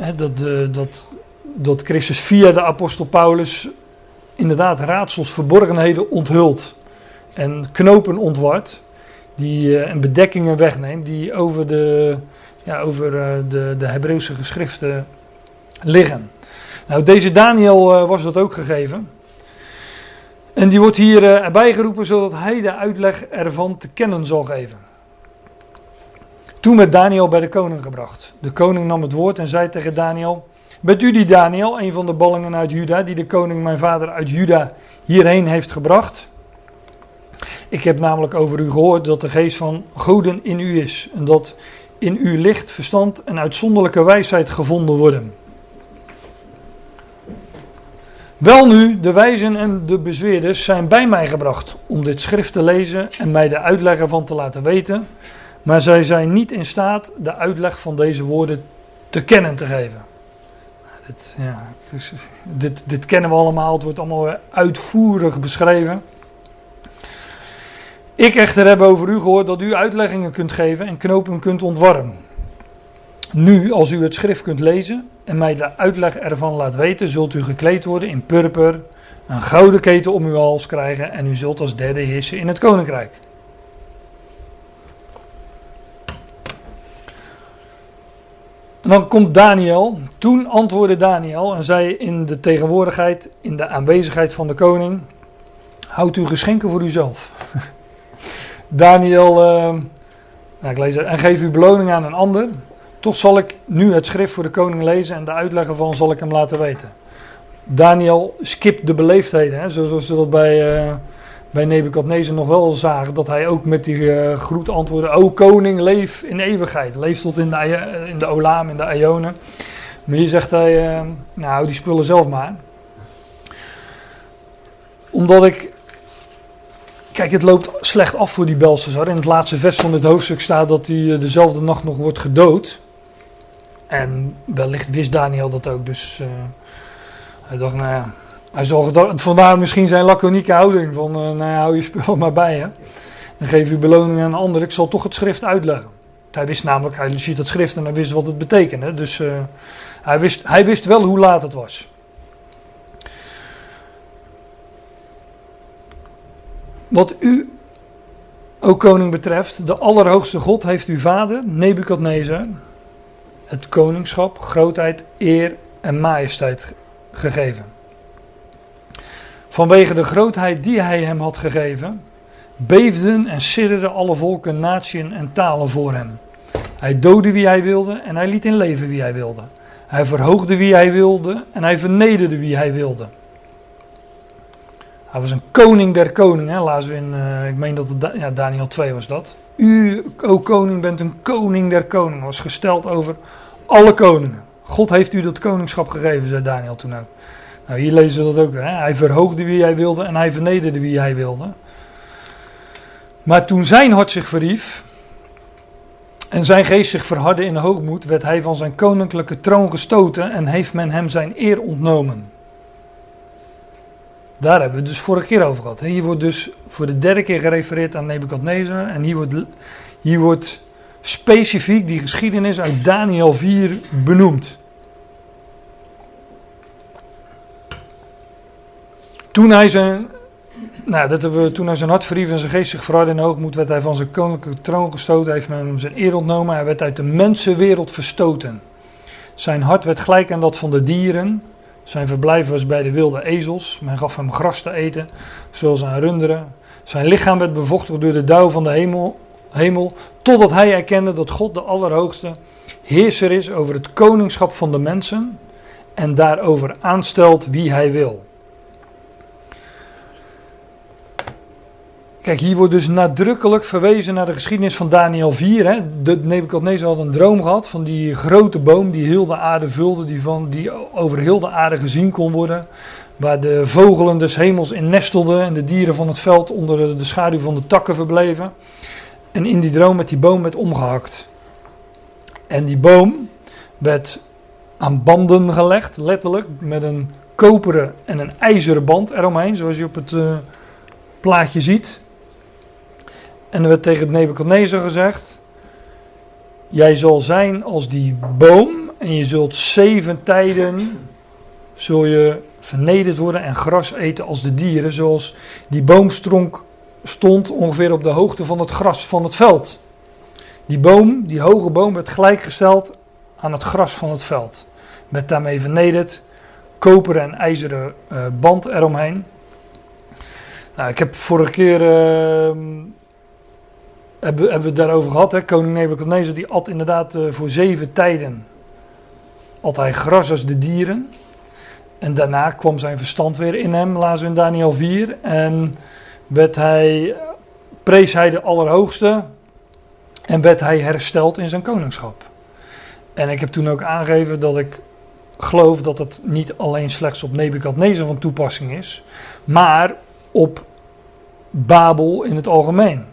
dat Christus via de apostel Paulus inderdaad raadsels, verborgenheden onthult en knopen ontwart, en bedekkingen wegneemt die over de Hebreeuwse geschriften liggen. Nou, deze Daniel was dat ook gegeven. En die wordt hier erbij geroepen zodat hij de uitleg ervan te kennen zal geven. Toen werd Daniel bij de koning gebracht. De koning nam het woord en zei tegen Daniel: bent u die Daniel, een van de ballingen uit Juda, die de koning mijn vader uit Juda hierheen heeft gebracht? Ik heb namelijk over u gehoord dat de geest van goden in u is. En dat in u licht, verstand en uitzonderlijke wijsheid gevonden worden. Welnu, de wijzen en de bezweerders zijn bij mij gebracht om dit schrift te lezen en mij de uitleg ervan te laten weten. Maar zij zijn niet in staat de uitleg van deze woorden te kennen te geven. Dit kennen we allemaal, het wordt allemaal uitvoerig beschreven. Ik echter heb over u gehoord dat u uitleggingen kunt geven en knopen kunt ontwarren. Nu, als u het schrift kunt lezen en mij de uitleg ervan laat weten, zult u gekleed worden in purper, een gouden keten om uw hals krijgen en u zult als derde heersen in het koninkrijk. En dan komt Daniel. Toen antwoordde Daniel en zei in de tegenwoordigheid, in de aanwezigheid van de koning: houd uw geschenken voor uzelf. Daniel, ik lees het, en geef uw beloning aan een ander. Toch zal ik nu het schrift voor de koning lezen en de uitleg ervan zal ik hem laten weten. Daniel skipt de beleefdheden, hè, zoals we dat bij Nebukadnezar nog wel zagen, dat hij ook met die groet antwoordde: o koning, leef in eeuwigheid. Leef tot in de Olam, in de Aionen. Maar hier zegt hij, nou, die spullen zelf maar. Omdat kijk, het loopt slecht af voor die Belshazzar. In het laatste vers van dit hoofdstuk staat dat hij dezelfde nacht nog wordt gedood. En wellicht wist Daniel dat ook, dus hij dacht, nou ja, hij zal vandaar misschien zijn laconieke houding van, nou ja, hou je spullen maar bij je. En geef uw beloning aan een ander, ik zal toch het schrift uitleggen. Hij wist namelijk, hij ziet het schrift en hij wist wat het betekende. Dus hij wist wel hoe laat het was. Wat u, o koning, betreft, de Allerhoogste God heeft uw vader, Nebukadnezar, het koningschap, grootheid, eer en majesteit gegeven. Vanwege de grootheid die hij hem had gegeven, beefden en sidderden alle volken, naties en talen voor hem. Hij doodde wie hij wilde en hij liet in leven wie hij wilde. Hij verhoogde wie hij wilde en hij vernederde wie hij wilde. Hij was een koning der koningen, lazen we in, ik meen dat het Daniel 2 was dat. U, o koning, bent een koning der koningen, was gesteld over alle koningen. God heeft u dat koningschap gegeven, zei Daniel toen ook. Nou, hier lezen we dat ook weer. Hè? Hij verhoogde wie hij wilde en hij vernederde wie hij wilde. Maar toen zijn hart zich verhief en zijn geest zich verhardde in hoogmoed, werd hij van zijn koninklijke troon gestoten en heeft men hem zijn eer ontnomen. Daar hebben we het dus vorige keer over gehad. Hier wordt dus voor de derde keer gerefereerd aan Nebukadnezar. En hier wordt specifiek die geschiedenis uit Daniel 4 benoemd. Toen hij zijn hart verhief en zijn geest zich verhardde in hoogmoed, werd hij van zijn koninklijke troon gestoten, heeft men hem zijn eer ontnomen. Hij werd uit de mensenwereld verstoten. Zijn hart werd gelijk aan dat van de dieren. Zijn verblijf was bij de wilde ezels. Men gaf hem gras te eten, zoals aan runderen. Zijn lichaam werd bevochtigd door de dauw van de hemel, totdat hij erkende dat God de Allerhoogste heerser is over het koningschap van de mensen en daarover aanstelt wie hij wil. Kijk, hier wordt dus nadrukkelijk verwezen naar de geschiedenis van Daniel 4. Hè. Nebukadnezar had een droom gehad van die grote boom die heel de aarde vulde, die over heel de aarde gezien kon worden. Waar de vogelen des hemels in nestelden en de dieren van het veld onder de schaduw van de takken verbleven. En in die droom werd die boom omgehakt. En die boom werd aan banden gelegd, letterlijk, met een koperen en een ijzeren band eromheen, zoals je op het plaatje ziet. En er werd tegen Nebukadnezar gezegd: jij zal zijn als die boom en je zult 7 tijden zul je vernederd worden en gras eten als de dieren, zoals die boomstronk stond ongeveer op de hoogte van het gras van het veld. Die boom, die hoge boom, werd gelijkgesteld aan het gras van het veld. Werd daarmee vernederd, koperen en ijzeren band eromheen. Nou, ik heb vorige keer, hebben we het daarover gehad, hè? Koning Nebukadnezar die at inderdaad voor 7 tijden, at hij gras als de dieren. En daarna kwam zijn verstand weer in hem, lazen we in Daniel 4. En prees hij de Allerhoogste en werd hij hersteld in zijn koningschap. En ik heb toen ook aangegeven dat ik geloof dat het niet alleen slechts op Nebukadnezar van toepassing is, maar op Babel in het algemeen.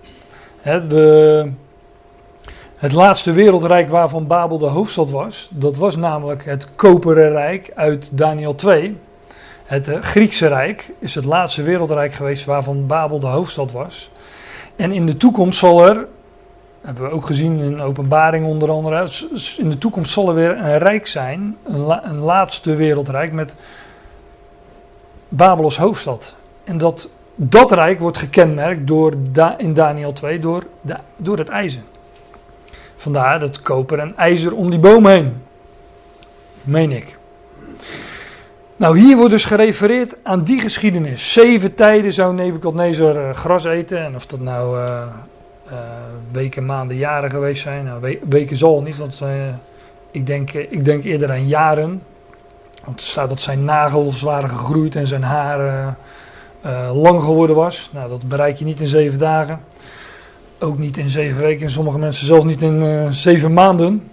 Het laatste wereldrijk waarvan Babel de hoofdstad was, dat was namelijk het Koperen Rijk uit Daniel 2. Het Griekse Rijk is het laatste wereldrijk geweest waarvan Babel de hoofdstad was. En in de toekomst zal er, hebben we ook gezien in Openbaring onder andere, in de toekomst zal er weer een rijk zijn, een laatste wereldrijk met Babel als hoofdstad. En dat rijk wordt gekenmerkt in Daniel 2 door het ijzer. Vandaar dat koper en ijzer om die boom heen. Meen ik. Nou, hier wordt dus gerefereerd aan die geschiedenis. 7 tijden zou Nebukadnezar gras eten. En of dat nou weken, maanden, jaren geweest zijn. Nou, weken zal niet, want ik denk eerder aan jaren. Want er staat dat zijn nagels waren gegroeid en zijn haar lang geworden was. Nou, dat bereik je niet in 7 dagen. Ook niet in 7 weken. En sommige mensen zelfs niet in 7 maanden.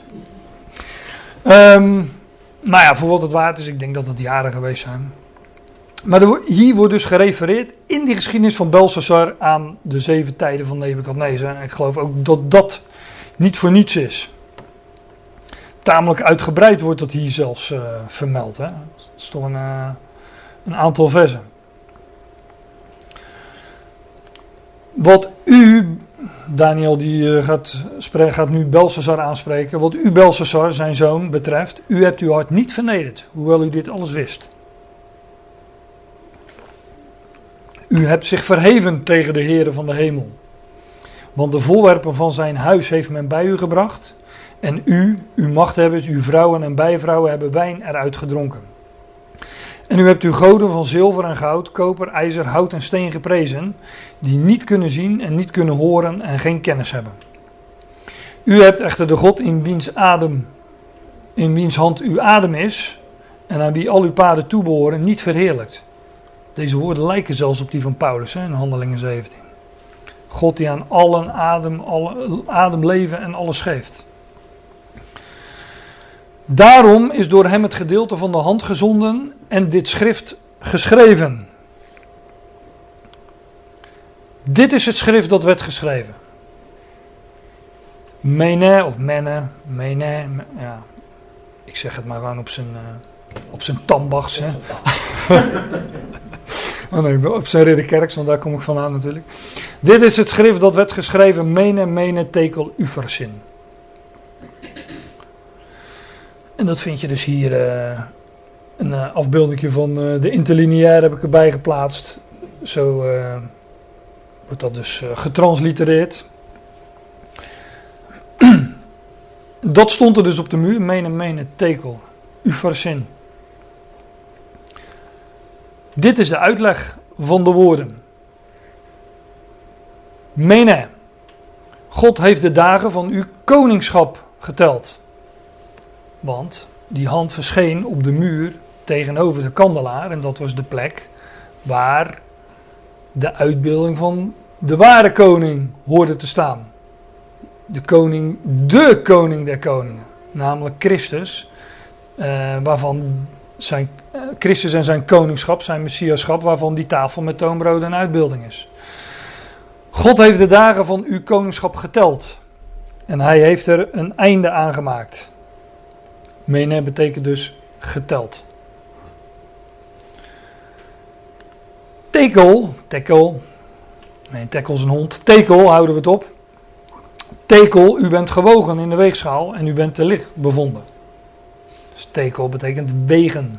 Maar ja, voor wat het waard is, ik denk dat het jaren geweest zijn. Maar hier wordt dus gerefereerd in die geschiedenis van Belshazzar aan de 7 tijden van Nebukadnezar. En ik geloof ook dat dat niet voor niets is. Tamelijk uitgebreid wordt dat hier zelfs vermeld. Hè? Dat is toch een aantal versen. Wat u, Daniel die gaat nu Belshazzar aanspreken. Wat u Belshazzar, zijn zoon, betreft. U hebt uw hart niet vernederd, hoewel u dit alles wist. U hebt zich verheven tegen de Heere van de hemel. Want de voorwerpen van zijn huis heeft men bij u gebracht. En u, uw machthebbers, uw vrouwen en bijvrouwen hebben wijn eruit gedronken. En u hebt uw goden van zilver en goud, koper, ijzer, hout en steen geprezen, die niet kunnen zien en niet kunnen horen en geen kennis hebben. U hebt echter de God in wiens hand uw adem is, en aan wie al uw paden toebehoren, niet verheerlijkt. Deze woorden lijken zelfs op die van Paulus in Handelingen 17. God die aan allen adem, leven en alles geeft. Daarom is door hem het gedeelte van de hand gezonden en dit schrift geschreven. Dit is het schrift dat werd geschreven. Mene of mene, ja. Ik zeg het maar gewoon op zijn Tambachs. Hè. Oh nee, op zijn Ridderkerks, want daar kom ik vandaan natuurlijk. Dit is het schrift dat werd geschreven, mene, tekel, uversin. En dat vind je dus hier, een afbeeldingje van de interlineair heb ik erbij geplaatst. Zo wordt dat dus getranslitereerd. Dat stond er dus op de muur, mene, tekel, uversin. Dit is de uitleg van de woorden. Mene, God heeft de dagen van uw koningschap geteld. Want die hand verscheen op de muur tegenover de kandelaar. En dat was de plek waar de uitbeelding van de ware koning hoorde te staan. De koning der koningen. Namelijk Christus. Waarvan zijn Christus en zijn koningschap, zijn messiaschap, waarvan die tafel met toonbrood een uitbeelding is. God heeft de dagen van uw koningschap geteld. En hij heeft er een einde aan gemaakt. Mene betekent dus geteld. Tekel is een hond. Tekel houden we het op. Tekel, u bent gewogen in de weegschaal en u bent te licht bevonden. Dus tekel betekent wegen.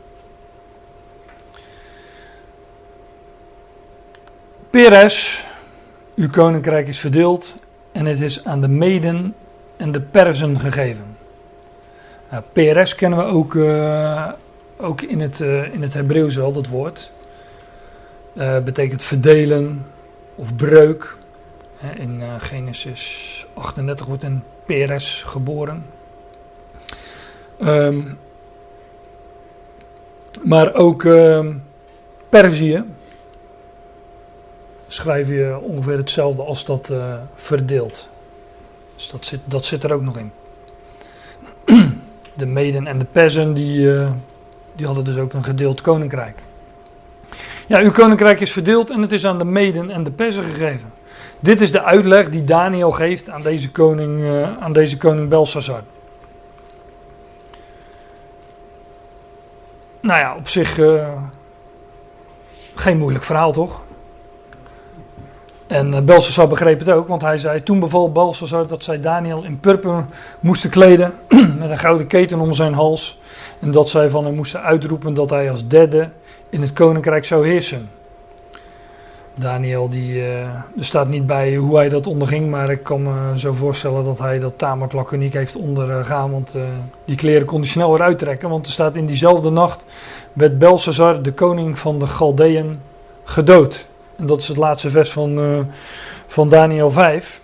Peres, uw koninkrijk is verdeeld en het is aan de Meden en de Perzen gegeven. Nou, Peres kennen we ook in het Hebreeuws wel, dat woord. Betekent verdelen of breuk. In Genesis 38 wordt een Peres geboren. Maar ook Perzië schrijf je ongeveer hetzelfde als dat verdeeld. Dus dat zit er ook nog in. De Meden en de Perzen die hadden dus ook een gedeeld koninkrijk. Ja, uw koninkrijk is verdeeld en het is aan de Meden en de Perzen gegeven. Dit is de uitleg die Daniel geeft aan deze koning Belshazzar. Nou ja, op zich geen moeilijk verhaal, toch? En Belshazzar begreep het ook, want hij zei: toen beval Belshazzar dat zij Daniel in purper moesten kleden met een gouden keten om zijn hals. En dat zij van hem moesten uitroepen dat hij als derde in het koninkrijk zou heersen. Daniel, er staat niet bij hoe hij dat onderging, maar ik kan me zo voorstellen dat hij dat tamelijk laconiek heeft ondergaan, want die kleren kon hij snel eruit trekken, want er staat: in diezelfde nacht werd Belshazzar, de koning van de Galdeën, gedood. En dat is het laatste vers van Daniel 5.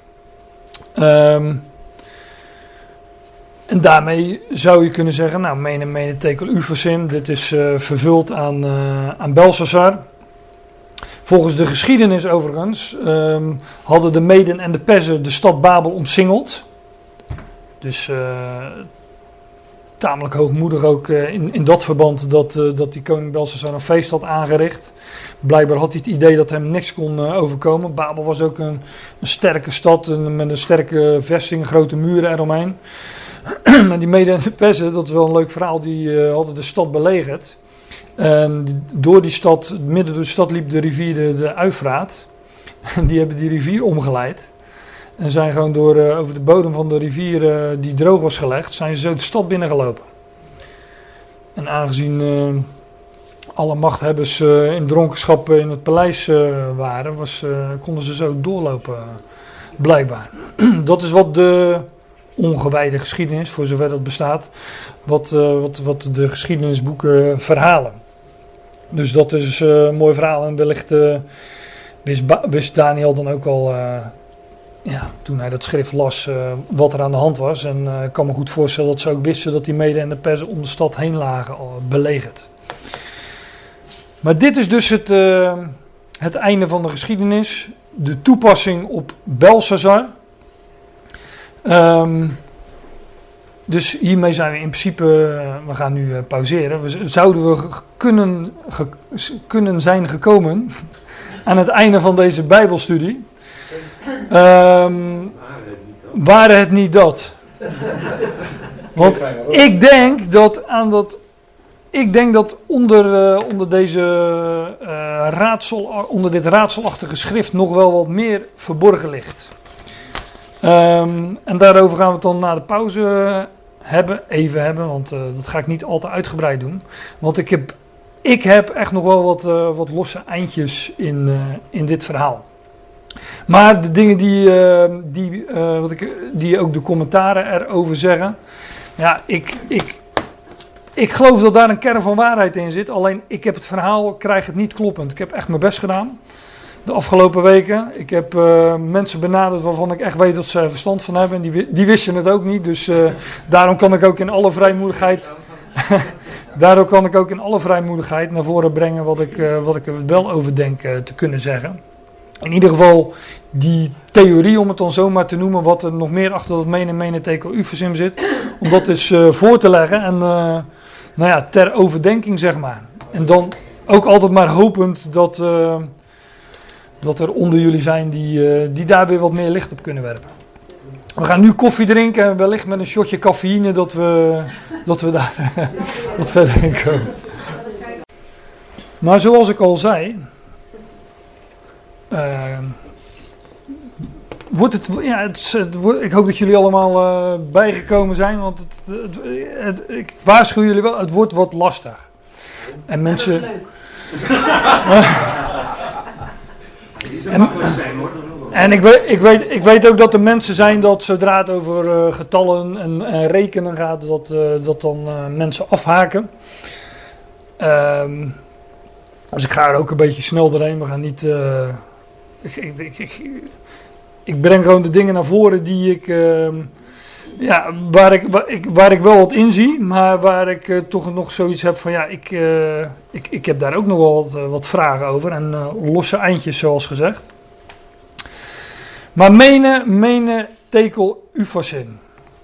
En daarmee zou je kunnen zeggen, nou, mene tekel uversim, dit is vervuld aan Belshazzar. Volgens de geschiedenis overigens hadden de Meden en de Perzen de stad Babel omsingeld. Dus tamelijk hoogmoedig ook in dat verband dat die koning Belshazzar een feest had aangericht. Blijkbaar had hij het idee dat hem niks kon overkomen. Babel was ook een sterke stad met een sterke vesting, grote muren eromheen. Maar die Meden en de Perzen, dat is wel een leuk verhaal, die hadden de stad belegerd. En door die stad, midden door de stad liep de rivier de Uifraat. En die hebben die rivier omgeleid. En zijn gewoon over de bodem van de rivier die droog was gelegd, zijn ze zo de stad binnengelopen. En aangezien alle machthebbers in dronkenschap in het paleis waren, konden ze zo doorlopen, blijkbaar. Dat is wat de ongewijde geschiedenis, voor zover dat bestaat, wat de geschiedenisboeken verhalen. Dus dat is een mooi verhaal en wellicht wist Daniel dan ook al, toen hij dat schrift las, wat er aan de hand was. En ik kan me goed voorstellen dat ze ook wisten dat die Meden en de Perzen om de stad heen lagen, al belegerd. Maar dit is dus het einde van de geschiedenis, de toepassing op Belshazzar. Dus hiermee zijn we in principe, we gaan nu pauzeren, zouden we kunnen zijn gekomen aan het einde van deze Bijbelstudie. Waren het niet dat? Want ik denk dat onder dit raadselachtige schrift nog wel wat meer verborgen ligt. En daarover gaan we het dan na de pauze even hebben, want dat ga ik niet al te uitgebreid doen. Want ik heb echt nog wel wat losse eindjes in dit verhaal. Maar de dingen die ook de commentaren erover zeggen, ja, ik geloof dat daar een kern van waarheid in zit. Alleen ik heb het verhaal, krijg het niet kloppend. Ik heb echt mijn best gedaan de afgelopen weken. Ik heb mensen benaderd waarvan ik echt weet dat ze er verstand van hebben. En die wisten het ook niet. Dus daarom kan ik ook in alle vrijmoedigheid naar voren brengen wat ik er wel over denk te kunnen zeggen. In ieder geval die theorie, om het dan zomaar te noemen, wat er nog meer achter dat mene tekel uversim zit, om dat eens voor te leggen en ter overdenking, zeg maar. En dan ook altijd maar hopend dat er onder jullie zijn die daar weer wat meer licht op kunnen werpen. We gaan nu koffie drinken en wellicht met een shotje cafeïne dat we daar wat verder in komen. Maar zoals ik al zei, ik hoop dat jullie allemaal bijgekomen zijn, want ik waarschuw jullie wel, het wordt wat lastig. En mensen... Ja, dat is leuk. En ik weet ook dat er mensen zijn dat zodra het over getallen en rekenen gaat, dat dan mensen afhaken. Dus ik ga er ook een beetje snel doorheen. We gaan niet... Ik breng gewoon de dingen naar voren die ik... waar ik wel wat in zie, maar waar ik toch nog zoiets heb van ik heb daar ook nog wel wat vragen over. En losse eindjes zoals gezegd. Maar mene tekel ufasin.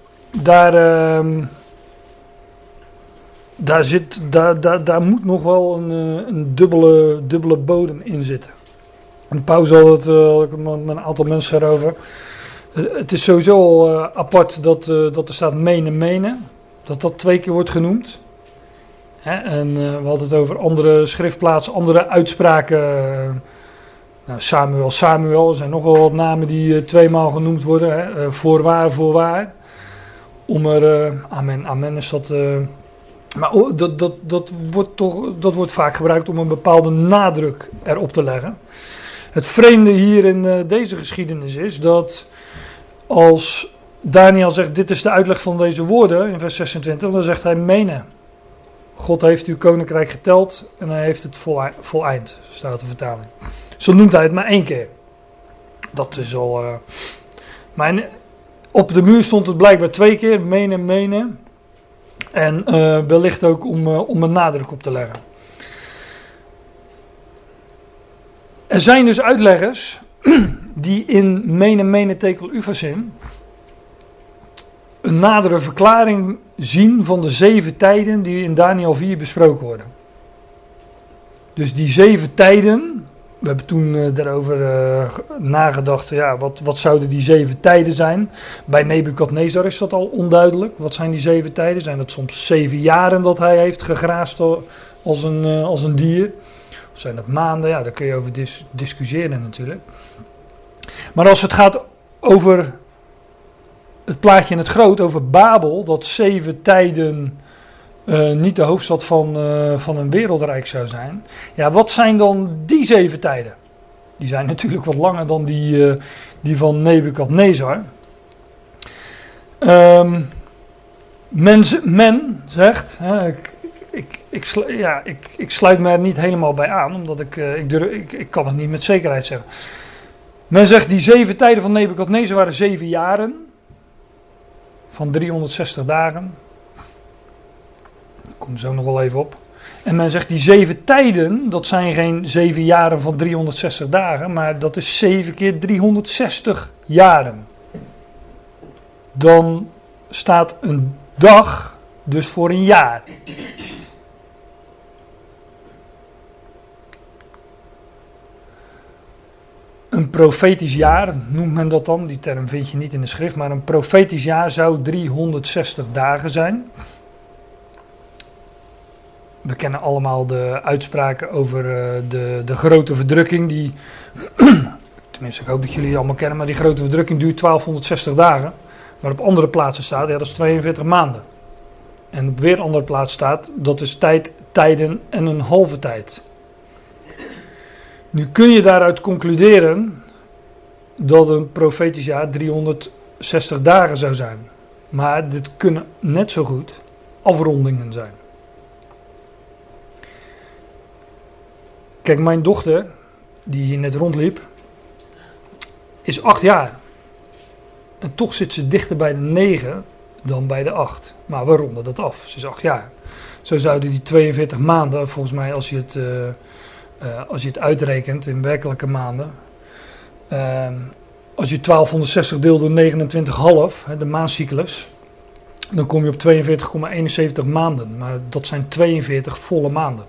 Daar moet nog wel een dubbele bodem in zitten. En Paus had ik met een aantal mensen erover. Het is sowieso al apart dat er staat mene. Dat 2 keer wordt genoemd. Hè? En we hadden het over andere schriftplaatsen, andere uitspraken. Samuel. Er zijn nog wel wat namen die 2 maal genoemd worden. Hè? Voorwaar. Amen is dat... Maar dat wordt vaak gebruikt om een bepaalde nadruk erop te leggen. Het vreemde hier in deze geschiedenis is dat als Daniel zegt, dit is de uitleg van deze woorden in vers 26, dan zegt hij mene. God heeft uw koninkrijk geteld en hij heeft het voleind, staat de vertaling. Zo noemt hij het maar 1 keer. Dat is al... maar op de muur stond het blijkbaar 2 keer, mene. En wellicht ook om een nadruk op te leggen. Er zijn dus uitleggers die in mene tekel ufasin een nadere verklaring zien van de 7 tijden die in Daniel 4 besproken worden. Dus die 7 tijden, we hebben toen daarover nagedacht, wat zouden die 7 tijden zijn? Bij Nebukadnezar is dat al onduidelijk. Wat zijn die 7 tijden? Zijn dat soms 7 jaren dat hij heeft gegraasd als een dier? Of zijn dat maanden? Ja, daar kun je over discussiëren natuurlijk. Maar als het gaat over het plaatje in het groot, over Babel, dat 7 tijden niet de hoofdstad van een wereldrijk zou zijn. Ja, wat zijn dan die 7 tijden? Die zijn natuurlijk wat langer dan die van Nebukadnezar. Men zegt, ik sluit me er niet helemaal bij aan, omdat ik kan het niet met zekerheid zeggen. Men zegt die 7 tijden van Nebukadnezar waren 7 jaren van 360 dagen. Ik kom er zo nog wel even op. En men zegt die 7 tijden, dat zijn geen 7 jaren van 360 dagen, maar dat is 7 keer 360 jaren. Dan staat een dag dus voor een jaar. Een profetisch jaar noemt men dat dan, die term vind je niet in de schrift, maar een profetisch jaar zou 360 dagen zijn. We kennen allemaal de uitspraken over de grote verdrukking, die, tenminste ik hoop dat jullie die allemaal kennen, maar die grote verdrukking duurt 1260 dagen. Maar op andere plaatsen staat, dat is 42 maanden. En op weer andere plaats staat, dat is tijden en een halve tijd. Nu kun je daaruit concluderen dat een profetisch jaar 360 dagen zou zijn. Maar dit kunnen net zo goed afrondingen zijn. Kijk, mijn dochter, die hier net rondliep, is 8 jaar. En toch zit ze dichter bij de 9 dan bij de 8. Maar we ronden dat af. Ze is 8 jaar. Zo zouden die 42 maanden, volgens mij als je het uitrekent in werkelijke maanden. Als je 1260 deelt door 29,5, de maancyclus, dan kom je op 42,71 maanden. Maar dat zijn 42 volle maanden.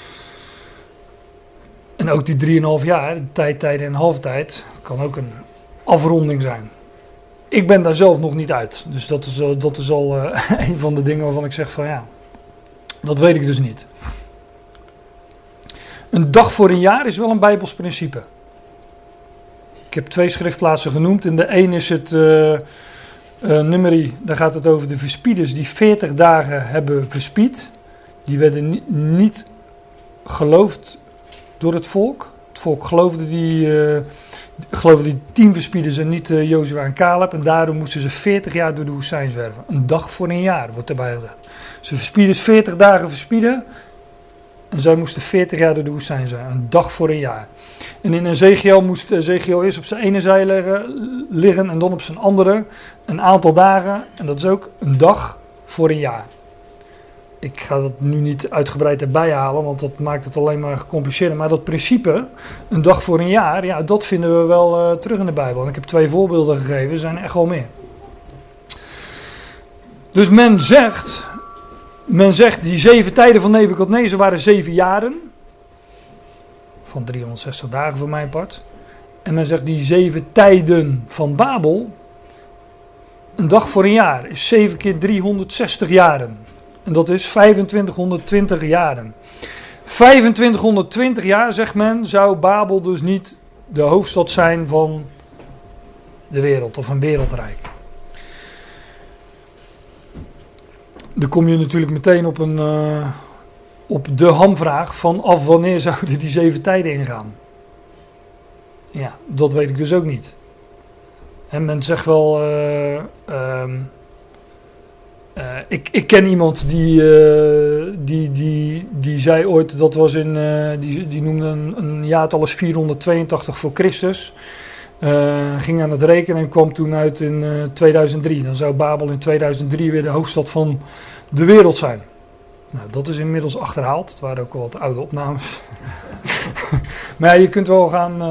En ook die 3,5 jaar, de tijden en halftijd, kan ook een afronding zijn. Ik ben daar zelf nog niet uit. Dus dat is al een van de dingen waarvan ik zeg van ja, dat weet ik dus niet. Een dag voor een jaar is wel een Bijbels principe. Ik heb 2 schriftplaatsen genoemd. In de een is het nummerie, daar gaat het over de verspieders die 40 dagen hebben verspied. Die werden niet geloofd door het volk. Het volk geloofde die 10 verspieders en niet Jozua en Caleb. En daarom moesten ze 40 jaar door de woestijn zwerven. Een dag voor een jaar wordt erbij gezegd. Ze verspieders 40 dagen verspieden. En zij moesten 40 jaar door de woestijn zijn. Een dag voor een jaar. En in Ezekiel moest Ezekiel eerst op zijn ene zij liggen en dan op zijn andere. Een aantal dagen. En dat is ook een dag voor een jaar. Ik ga dat nu niet uitgebreid erbij halen, want dat maakt het alleen maar gecompliceerder. Maar dat principe, een dag voor een jaar, ja, dat vinden we wel terug in de Bijbel. En ik heb 2 voorbeelden gegeven, er zijn echt wel meer. Dus men zegt die 7 tijden van Nebukadnezar waren 7 jaren. Van 360 dagen voor mijn part. En men zegt die 7 tijden van Babel, een dag voor een jaar, is 7 keer 360 jaren. En dat is 2520 jaren. 2520 jaar, zegt men, zou Babel dus niet de hoofdstad zijn van de wereld of een wereldrijk. Dan kom je natuurlijk meteen op de hamvraag vanaf wanneer zouden die 7 tijden ingaan. Ja, dat weet ik dus ook niet. En men zegt wel, ik ken iemand die zei ooit, dat was die noemde een jaartal als 482 voor Christus. Ging aan het rekenen en kwam toen uit in 2003. Dan zou Babel in 2003 weer de hoofdstad van de wereld zijn. Nou, dat is inmiddels achterhaald. Het waren ook al wat oude opnames. Maar ja, je kunt wel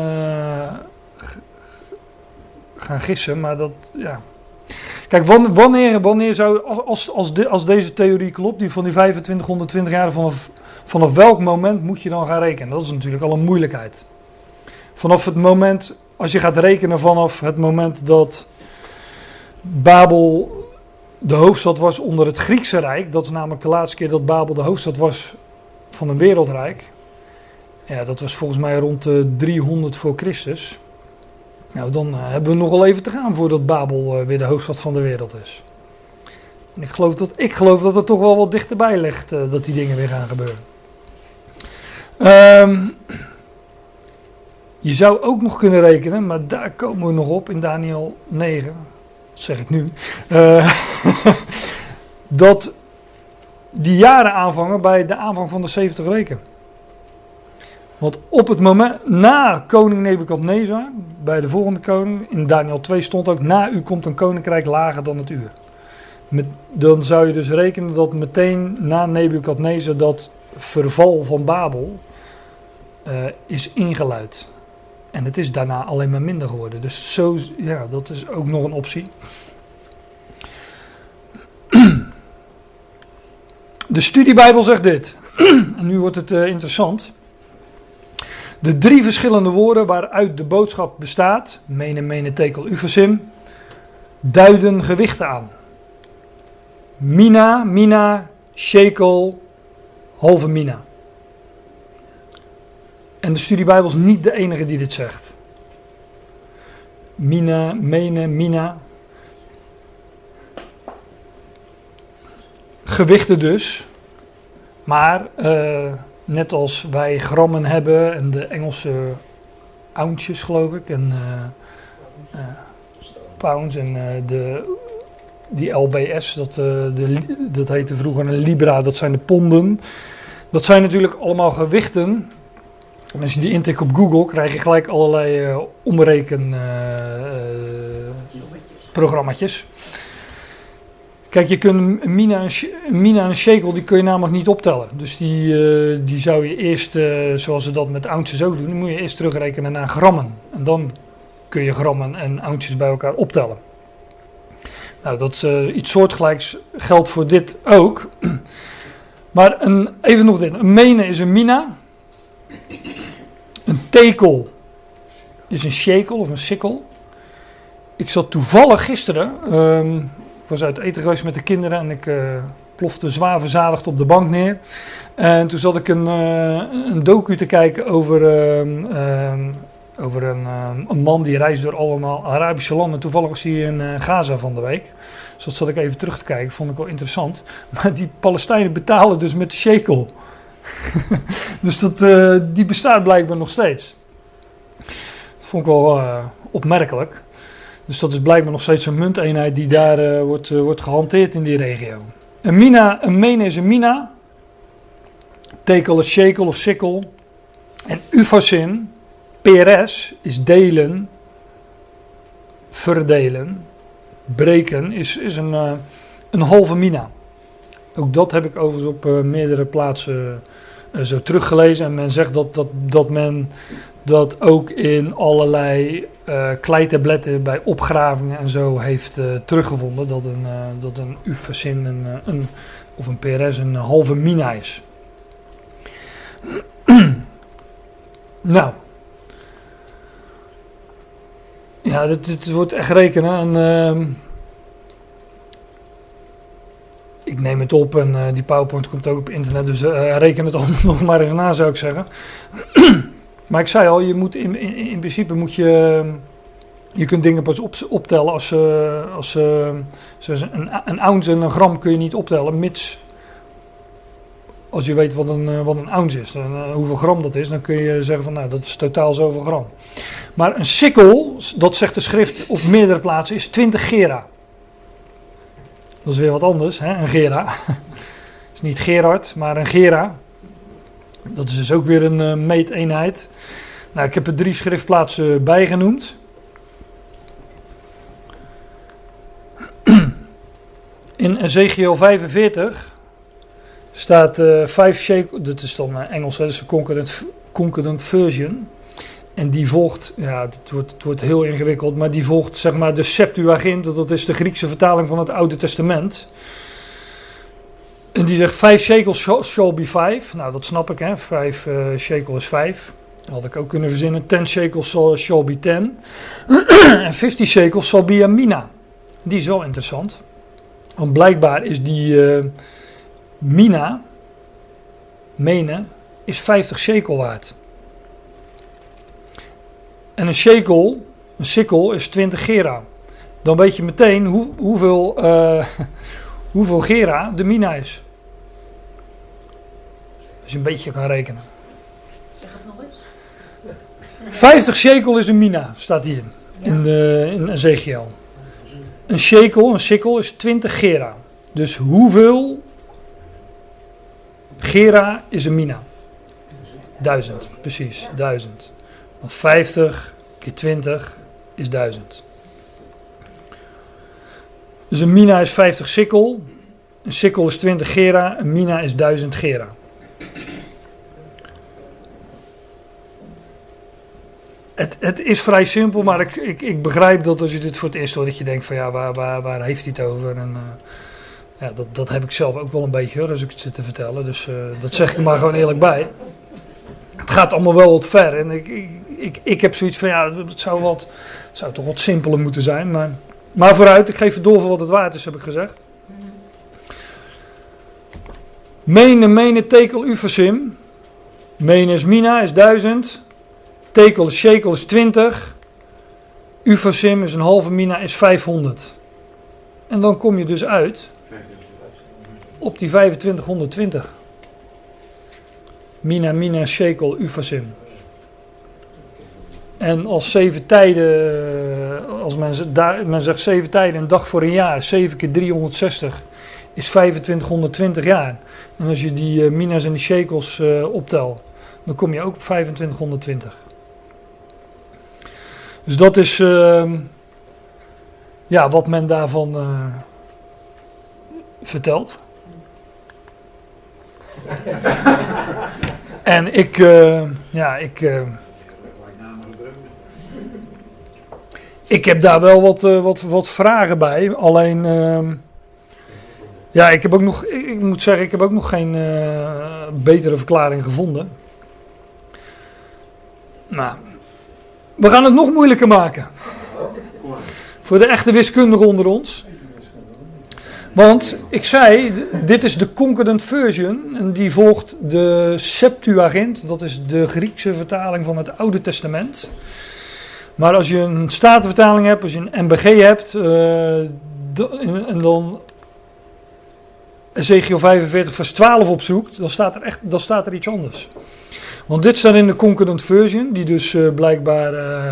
gaan gissen, maar dat, ja. Kijk, wanneer zou, als deze theorie klopt, die van die 2520 jaar, vanaf welk moment moet je dan gaan rekenen? Dat is natuurlijk al een moeilijkheid. Vanaf het moment, als je gaat rekenen vanaf het moment dat Babel de hoofdstad was onder het Griekse Rijk, dat is namelijk de laatste keer dat Babel de hoofdstad was van een wereldrijk. Ja, dat was volgens mij rond 300 voor Christus. Nou, dan hebben we nogal even te gaan voordat Babel weer de hoofdstad van de wereld is. En ik geloof dat het toch wel wat dichterbij ligt dat die dingen weer gaan gebeuren. Je zou ook nog kunnen rekenen, maar daar komen we nog op in Daniel 9. Dat zeg ik nu. Dat die jaren aanvangen bij de aanvang van de 70 weken. Want op het moment, na koning Nebukadnezar, bij de volgende koning, in Daniel 2 stond ook, na u komt een koninkrijk lager dan het uur. Dan zou je dus rekenen dat meteen na Nebukadnezar dat verval van Babel is ingeluid. En het is daarna alleen maar minder geworden. Dus zo, ja, dat is ook nog een optie. De studiebijbel zegt dit. En nu wordt het interessant. De 3 verschillende woorden waaruit de boodschap bestaat, mene, tekel, ufasim, duiden gewichten aan. Mina, shekel, halve mina. En de studiebijbel is niet de enige die dit zegt. Mina. Gewichten dus. Maar net als wij grammen hebben en de Engelse ounces geloof ik. En pounds en die LBS, dat heette vroeger een libra, dat zijn de ponden. Dat zijn natuurlijk allemaal gewichten. En als je die intikt op Google, krijg je gelijk allerlei omrekenprogramma's. Kijk, je kunt een mina en een shekel, die kun je namelijk niet optellen. Dus die zou je eerst, zoals ze dat met ounces ook doen, dan moet je eerst terugrekenen naar grammen. En dan kun je grammen en ounces bij elkaar optellen. Nou, dat iets soortgelijks geldt voor dit ook. Maar even nog dit. Een mene is een mina. Een tekel is een shekel of een sikkel. Ik zat toevallig gisteren, ik was uit eten geweest met de kinderen en ik plofte zwaar verzadigd op de bank neer. En toen zat ik een docu te kijken over Over een man die reist door allemaal Arabische landen. Toevallig was hij in Gaza van de week. Dus dat zat ik even terug te kijken, vond ik wel interessant. Maar die Palestijnen betalen dus met de shekel. Dus die bestaat blijkbaar nog steeds. Dat vond ik wel opmerkelijk. Dus dat is blijkbaar nog steeds een munteenheid die daar wordt gehanteerd in die regio. Een mene is een mina. Tekel is shekel of sikkel. En ufasin, peres, is delen, verdelen, breken, is een halve mina. Ook dat heb ik overigens op meerdere plaatsen zo teruggelezen. En men zegt dat men dat ook in allerlei kleitabletten bij opgravingen en zo heeft teruggevonden. Dat een ufasin of een peres een halve mina is. Nou. Ja, dit wordt echt rekenen. En ik neem het op en die PowerPoint komt ook op internet. Dus reken het allemaal nog maar eens na, zou ik zeggen. Maar ik zei al, je moet in principe moet je... Je kunt dingen pas optellen als een ounce en een gram kun je niet optellen, mits... Als je weet wat een ounce is en hoeveel gram dat is, dan kun je zeggen van nou, dat is totaal zoveel gram. Maar een sikkel, dat zegt de schrift op meerdere plaatsen, is 20 gera. Dat is weer wat anders, hè? Een gera. Het is niet Gerard, maar een gera. Dat is dus ook weer een meeteenheid. Nou, ik heb er 3 schriftplaatsen bij genoemd. In Ezekiel 45... staat 5 shekel, dat is dan Engels, dat is een concordant version. En die volgt, ja, het wordt heel ingewikkeld, maar die volgt zeg maar de Septuagint, dat is de Griekse vertaling van het Oude Testament. En die zegt 5 shekels shall be 5, nou dat snap ik, hè, 5 shekel is 5. Dat had ik ook kunnen verzinnen, 10 shekels shall be 10. En 50 shekels shall be a mina. Die is wel interessant, want blijkbaar is die... mene, is 50 shekel waard. En een sikkel is 20 gera. Dan weet je meteen hoeveel gera de mina is. Als je een beetje kan rekenen. Zeg het nog eens. 50 shekel is een mina, staat hier in Ezekiel. Een sikkel is 20 gera. Dus hoeveel... Gera is een mina. 1000, precies, 1000. Want 50 keer 20 is 1000. Dus een mina is 50 sikkel. Een sikkel is 20 gera. Een mina is 1000 gera. Het is vrij simpel, maar ik begrijp dat als je dit voor het eerst hoort, dat je denkt van ja, waar heeft hij het over? En, ja, dat heb ik zelf ook wel een beetje hoor, als ik het zit te vertellen. Dus dat zeg ik er maar gewoon eerlijk bij. Het gaat allemaal wel wat ver. En ik heb zoiets van, ja, het zou toch wat simpeler moeten zijn. Maar vooruit, ik geef het door voor wat het waard is, heb ik gezegd. Mene, tekel, ufasim. Mene is mina, is 1000. Tekel is shekel, is 20. Ufasim is een halve mina, is 500. En dan kom je dus uit... op die 2520. Mina, shekel, ufasim. En als 7 tijden, als men zegt 7 tijden, een dag voor een jaar, 7 keer 360, is 2520 jaar. En als je die minas en die shekels optelt, dan kom je ook op 2520. Dus dat is wat men daarvan vertelt. En ik heb daar wel wat vragen bij. Alleen, ik moet zeggen, ik heb ook nog geen betere verklaring gevonden. Nou, we gaan het nog moeilijker maken. Voor de echte wiskundigen onder ons. Want ik zei, dit is de Concordant Version en die volgt de Septuagint. Dat is de Griekse vertaling van het Oude Testament. Maar als je een Statenvertaling hebt, als je een MBG hebt en dan Ezekiel 45 vers 12 opzoekt, dan staat er iets anders. Want dit staat in de Concordant Version, die dus blijkbaar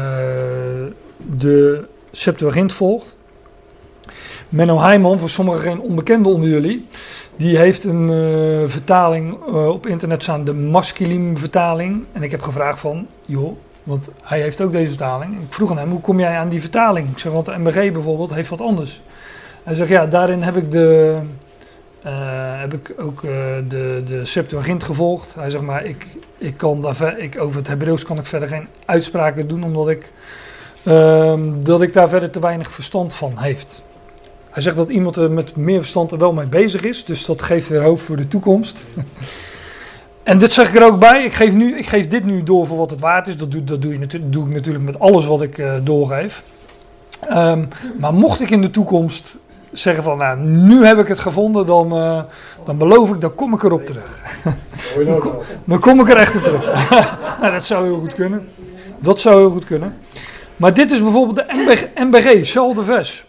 de Septuagint volgt. Menno Heijman, voor sommigen geen onbekende onder jullie, die heeft een vertaling op internet staan, de Maskilim vertaling. En ik heb gevraagd van, joh, want hij heeft ook deze vertaling. Ik vroeg aan hem, hoe kom jij aan die vertaling? Ik zeg, want de MBG bijvoorbeeld heeft wat anders. Hij zegt, ja, daarin heb ik ook de Septuagint gevolgd. Hij zegt, maar over het Hebreeuws kan ik verder geen uitspraken doen, omdat ik daar verder te weinig verstand van heeft. Hij zegt dat iemand er met meer verstand er wel mee bezig is, dus dat geeft weer hoop voor de toekomst. En dit zeg ik er ook bij, ik geef dit nu door voor wat het waard is, dat doe ik natuurlijk met alles wat ik doorgeef. Maar mocht ik in de toekomst zeggen van, nou, nu heb ik het gevonden, dan beloof ik, dan kom ik erop terug. Dan kom ik er echt op terug. Nou, dat zou heel goed kunnen. Dat zou heel goed kunnen. Maar dit is bijvoorbeeld de MBG, hetzelfde vers.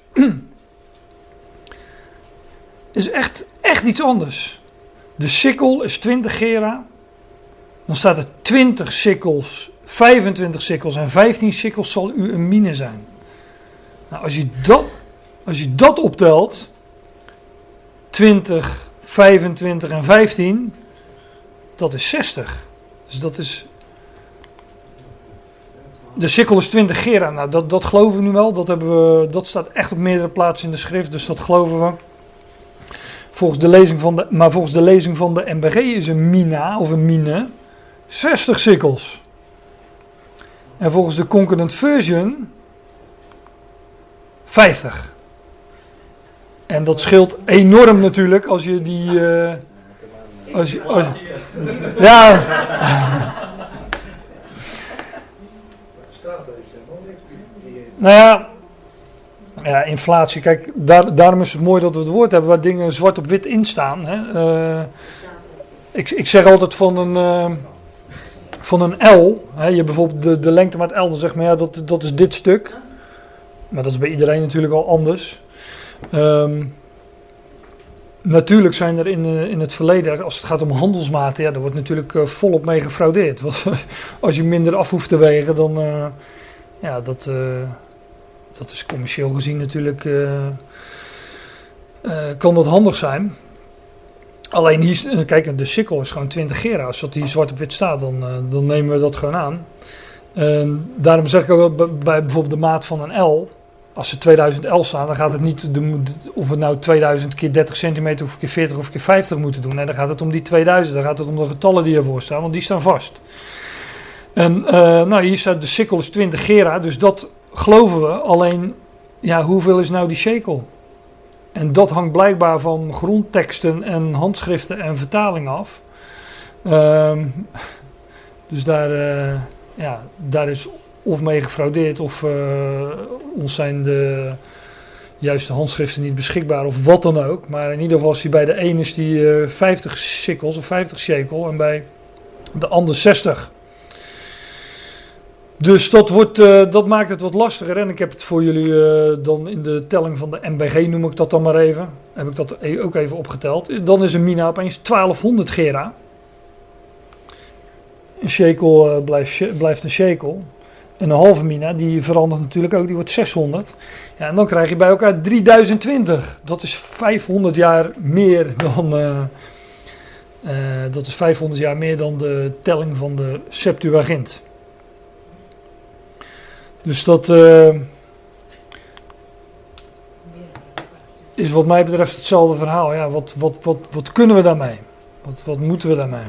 Is echt iets anders. De sikkel is 20 gera. Dan staat er 20 sikkels, 25 sikkels en 15 sikkels zal u een mine zijn. Nou, als je dat optelt, 20, 25 en 15, dat is 60. Dus dat is... De sikkel is 20 gera. Nou, dat geloven we nu wel. Dat staat echt op meerdere plaatsen in de schrift, dus dat geloven we. Volgens de lezing van de MBG is een mina of een mine 60 sikkels. En volgens de Concordant Version 50. En dat scheelt enorm natuurlijk als je die... ja. Nou ja, inflatie. Kijk, daarom is het mooi dat we het woord hebben waar dingen zwart op wit in staan. Hè. Ik zeg altijd van een L. Hè, je hebt bijvoorbeeld de lengte met L, dan zeg maar ja, dat is dit stuk. Maar dat is bij iedereen natuurlijk al anders. Natuurlijk zijn er in het verleden, als het gaat om handelsmaten, ja, daar wordt natuurlijk volop mee gefraudeerd. Want als je minder af hoeft te wegen, dan ja, dat is commercieel gezien natuurlijk, kan dat handig zijn. Alleen hier, kijk, de sikkel is gewoon 20 gera. Als dat hier zwart op wit staat, dan nemen we dat gewoon aan. En daarom zeg ik ook bij bijvoorbeeld de maat van een L. Als ze 2000 L staan, dan gaat het niet of we nou 2000 keer 30 centimeter of keer 40 of keer 50 moeten doen. Nee, dan gaat het om die 2000. Dan gaat het om de getallen die ervoor staan, want die staan vast. En nou, hier staat de sikkel is 20 gera, dus dat geloven we. Alleen, ja, hoeveel is nou die shekel? En dat hangt blijkbaar van grondteksten en handschriften en vertaling af. Dus daar is of mee gefraudeerd of ons zijn de juiste handschriften niet beschikbaar of wat dan ook. Maar in ieder geval is die bij de een is die 50 sikkels of 50 shekel en bij de ander 60. Dus dat maakt het wat lastiger. En ik heb het voor jullie dan in de telling van de MBG, noem ik dat dan maar even. Heb ik dat ook even opgeteld. Dan is een mina opeens 1200 gera. Een shekel blijft een shekel. En een halve mina, die verandert natuurlijk ook, die wordt 600. Ja, en dan krijg je bij elkaar 3020. Dat is 500 jaar meer dan de telling van de Septuagint. Dus dat is wat mij betreft hetzelfde verhaal. Ja, wat kunnen we daarmee? Wat moeten we daarmee?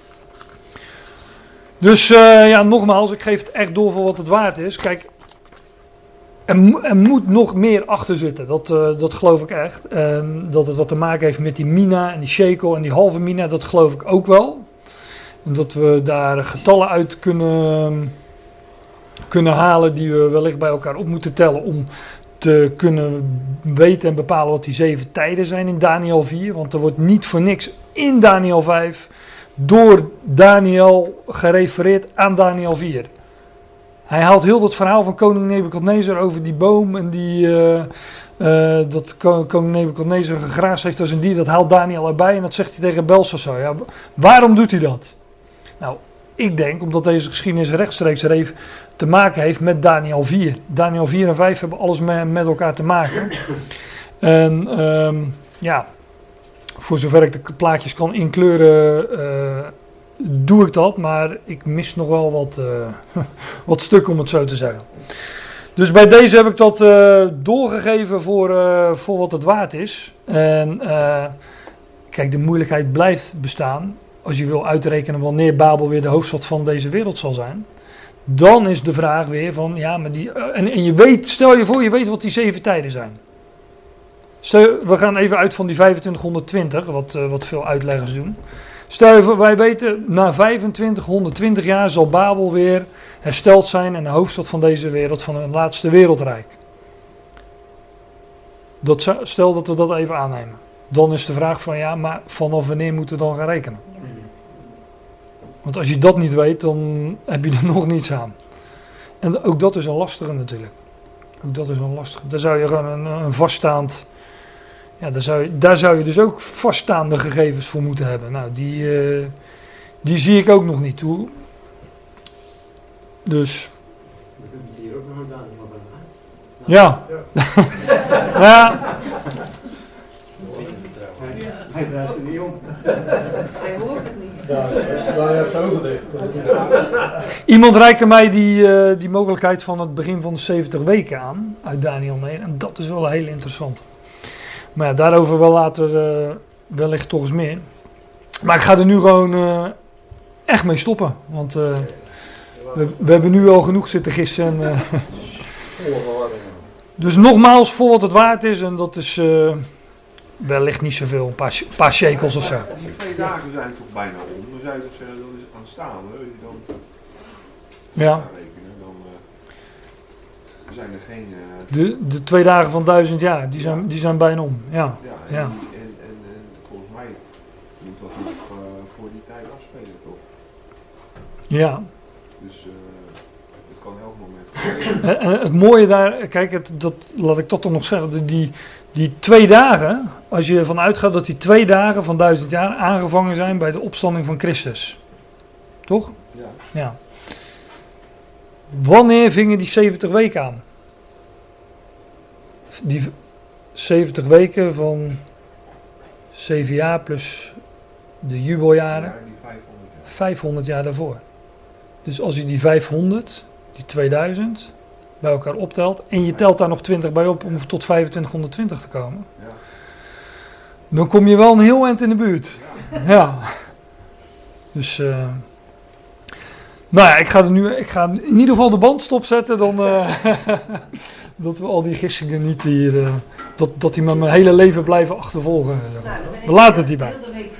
Dus ja, nogmaals, ik geef het echt door voor wat het waard is. Kijk, er moet nog meer achter zitten. Dat geloof ik echt. En dat het wat te maken heeft met die mina en die shekel en die halve mina, dat geloof ik ook wel. En dat we daar getallen uit kunnen halen die we wellicht bij elkaar op moeten tellen om te kunnen weten en bepalen wat die 7 tijden zijn in Daniël 4. Want er wordt niet voor niks in Daniël 5 door Daniël gerefereerd aan Daniël 4. Hij haalt heel dat verhaal van koning Nebukadnezar over die boom en dat koning Nebukadnezar gegraasd heeft als een dier. Dat haalt Daniël erbij en dat zegt hij tegen Belshazzar. Ja, waarom doet hij dat? Nou, ik denk omdat deze geschiedenis rechtstreeks te maken heeft met Daniël 4. Daniël 4 en 5 hebben alles met elkaar te maken. En voor zover ik de plaatjes kan inkleuren, doe ik dat. Maar ik mis nog wel wat stukken, om het zo te zeggen. Dus bij deze heb ik dat doorgegeven voor wat het waard is. En kijk, de moeilijkheid blijft bestaan. Als je wil uitrekenen wanneer Babel weer de hoofdstad van deze wereld zal zijn. Dan is de vraag weer van, ja, maar en je weet, stel je voor, je weet wat die 7 tijden zijn. We gaan even uit van die 2520, wat veel uitleggers doen. Stel je voor, wij weten, na 2520 jaar zal Babel weer hersteld zijn en de hoofdstad van deze wereld, van een laatste wereldrijk. Stel dat we dat even aannemen. Dan is de vraag van, ja, maar vanaf wanneer moeten we dan gaan rekenen? Want als je dat niet weet, dan heb je er nog niets aan. En ook dat is een lastige natuurlijk. Ook dat is een lastige. Daar zou je gewoon een vaststaand... Ja, daar zou je dus ook vaststaande gegevens voor moeten hebben. Nou, die zie ik ook nog niet. Dus... We kunnen het hier ook nog een Daniël hebben. Ja. Ja. Hij draait er niet om. Hij hoort het niet. Daar heeft zo gedicht. Iemand reikte mij die mogelijkheid van het begin van de 70 weken aan, uit Daniël 9. En dat is wel heel interessant. Maar ja, daarover wel later wellicht toch eens meer. Maar ik ga er nu gewoon echt mee stoppen. Want we hebben nu al genoeg zitten gissen. Dus nogmaals, voor wat het waard is. En dat is wellicht niet zoveel. Een paar shekels of zo. Die 2 dagen zijn toch bijna om. Dan zou je toch zeggen, dat is aanstaande. Als je dan Ja. rekenen, dan zijn er geen... De 2 dagen van 1000 jaar, die zijn bijna om. Ja. Ja. En volgens mij moet dat nog voor die tijd afspelen, toch? Ja. Dus het kan elk moment. En het mooie daar, kijk, laat ik dat toch nog zeggen, die 2 dagen, als je ervan uitgaat dat die 2 dagen van 1000 jaar aangevangen zijn bij de opstanding van Christus. Toch? Ja. Ja. Wanneer vingen die 70 weken aan? Die 70 weken van 7 jaar plus de jubeljaren, Ja, die 500 jaar. 500 jaar daarvoor. Dus als je die 500, die 2000, bij elkaar optelt en je telt daar nog 20 bij op om tot 2520 te komen, Ja. dan kom je wel een heel eind in de buurt. Ja. Dus, nou ja, ik ga in ieder geval de band stopzetten, dan dat we al die gissingen niet hier, dat die me mijn hele leven blijven achtervolgen. Nou, dan ben ik We laten het hierbij. heel de week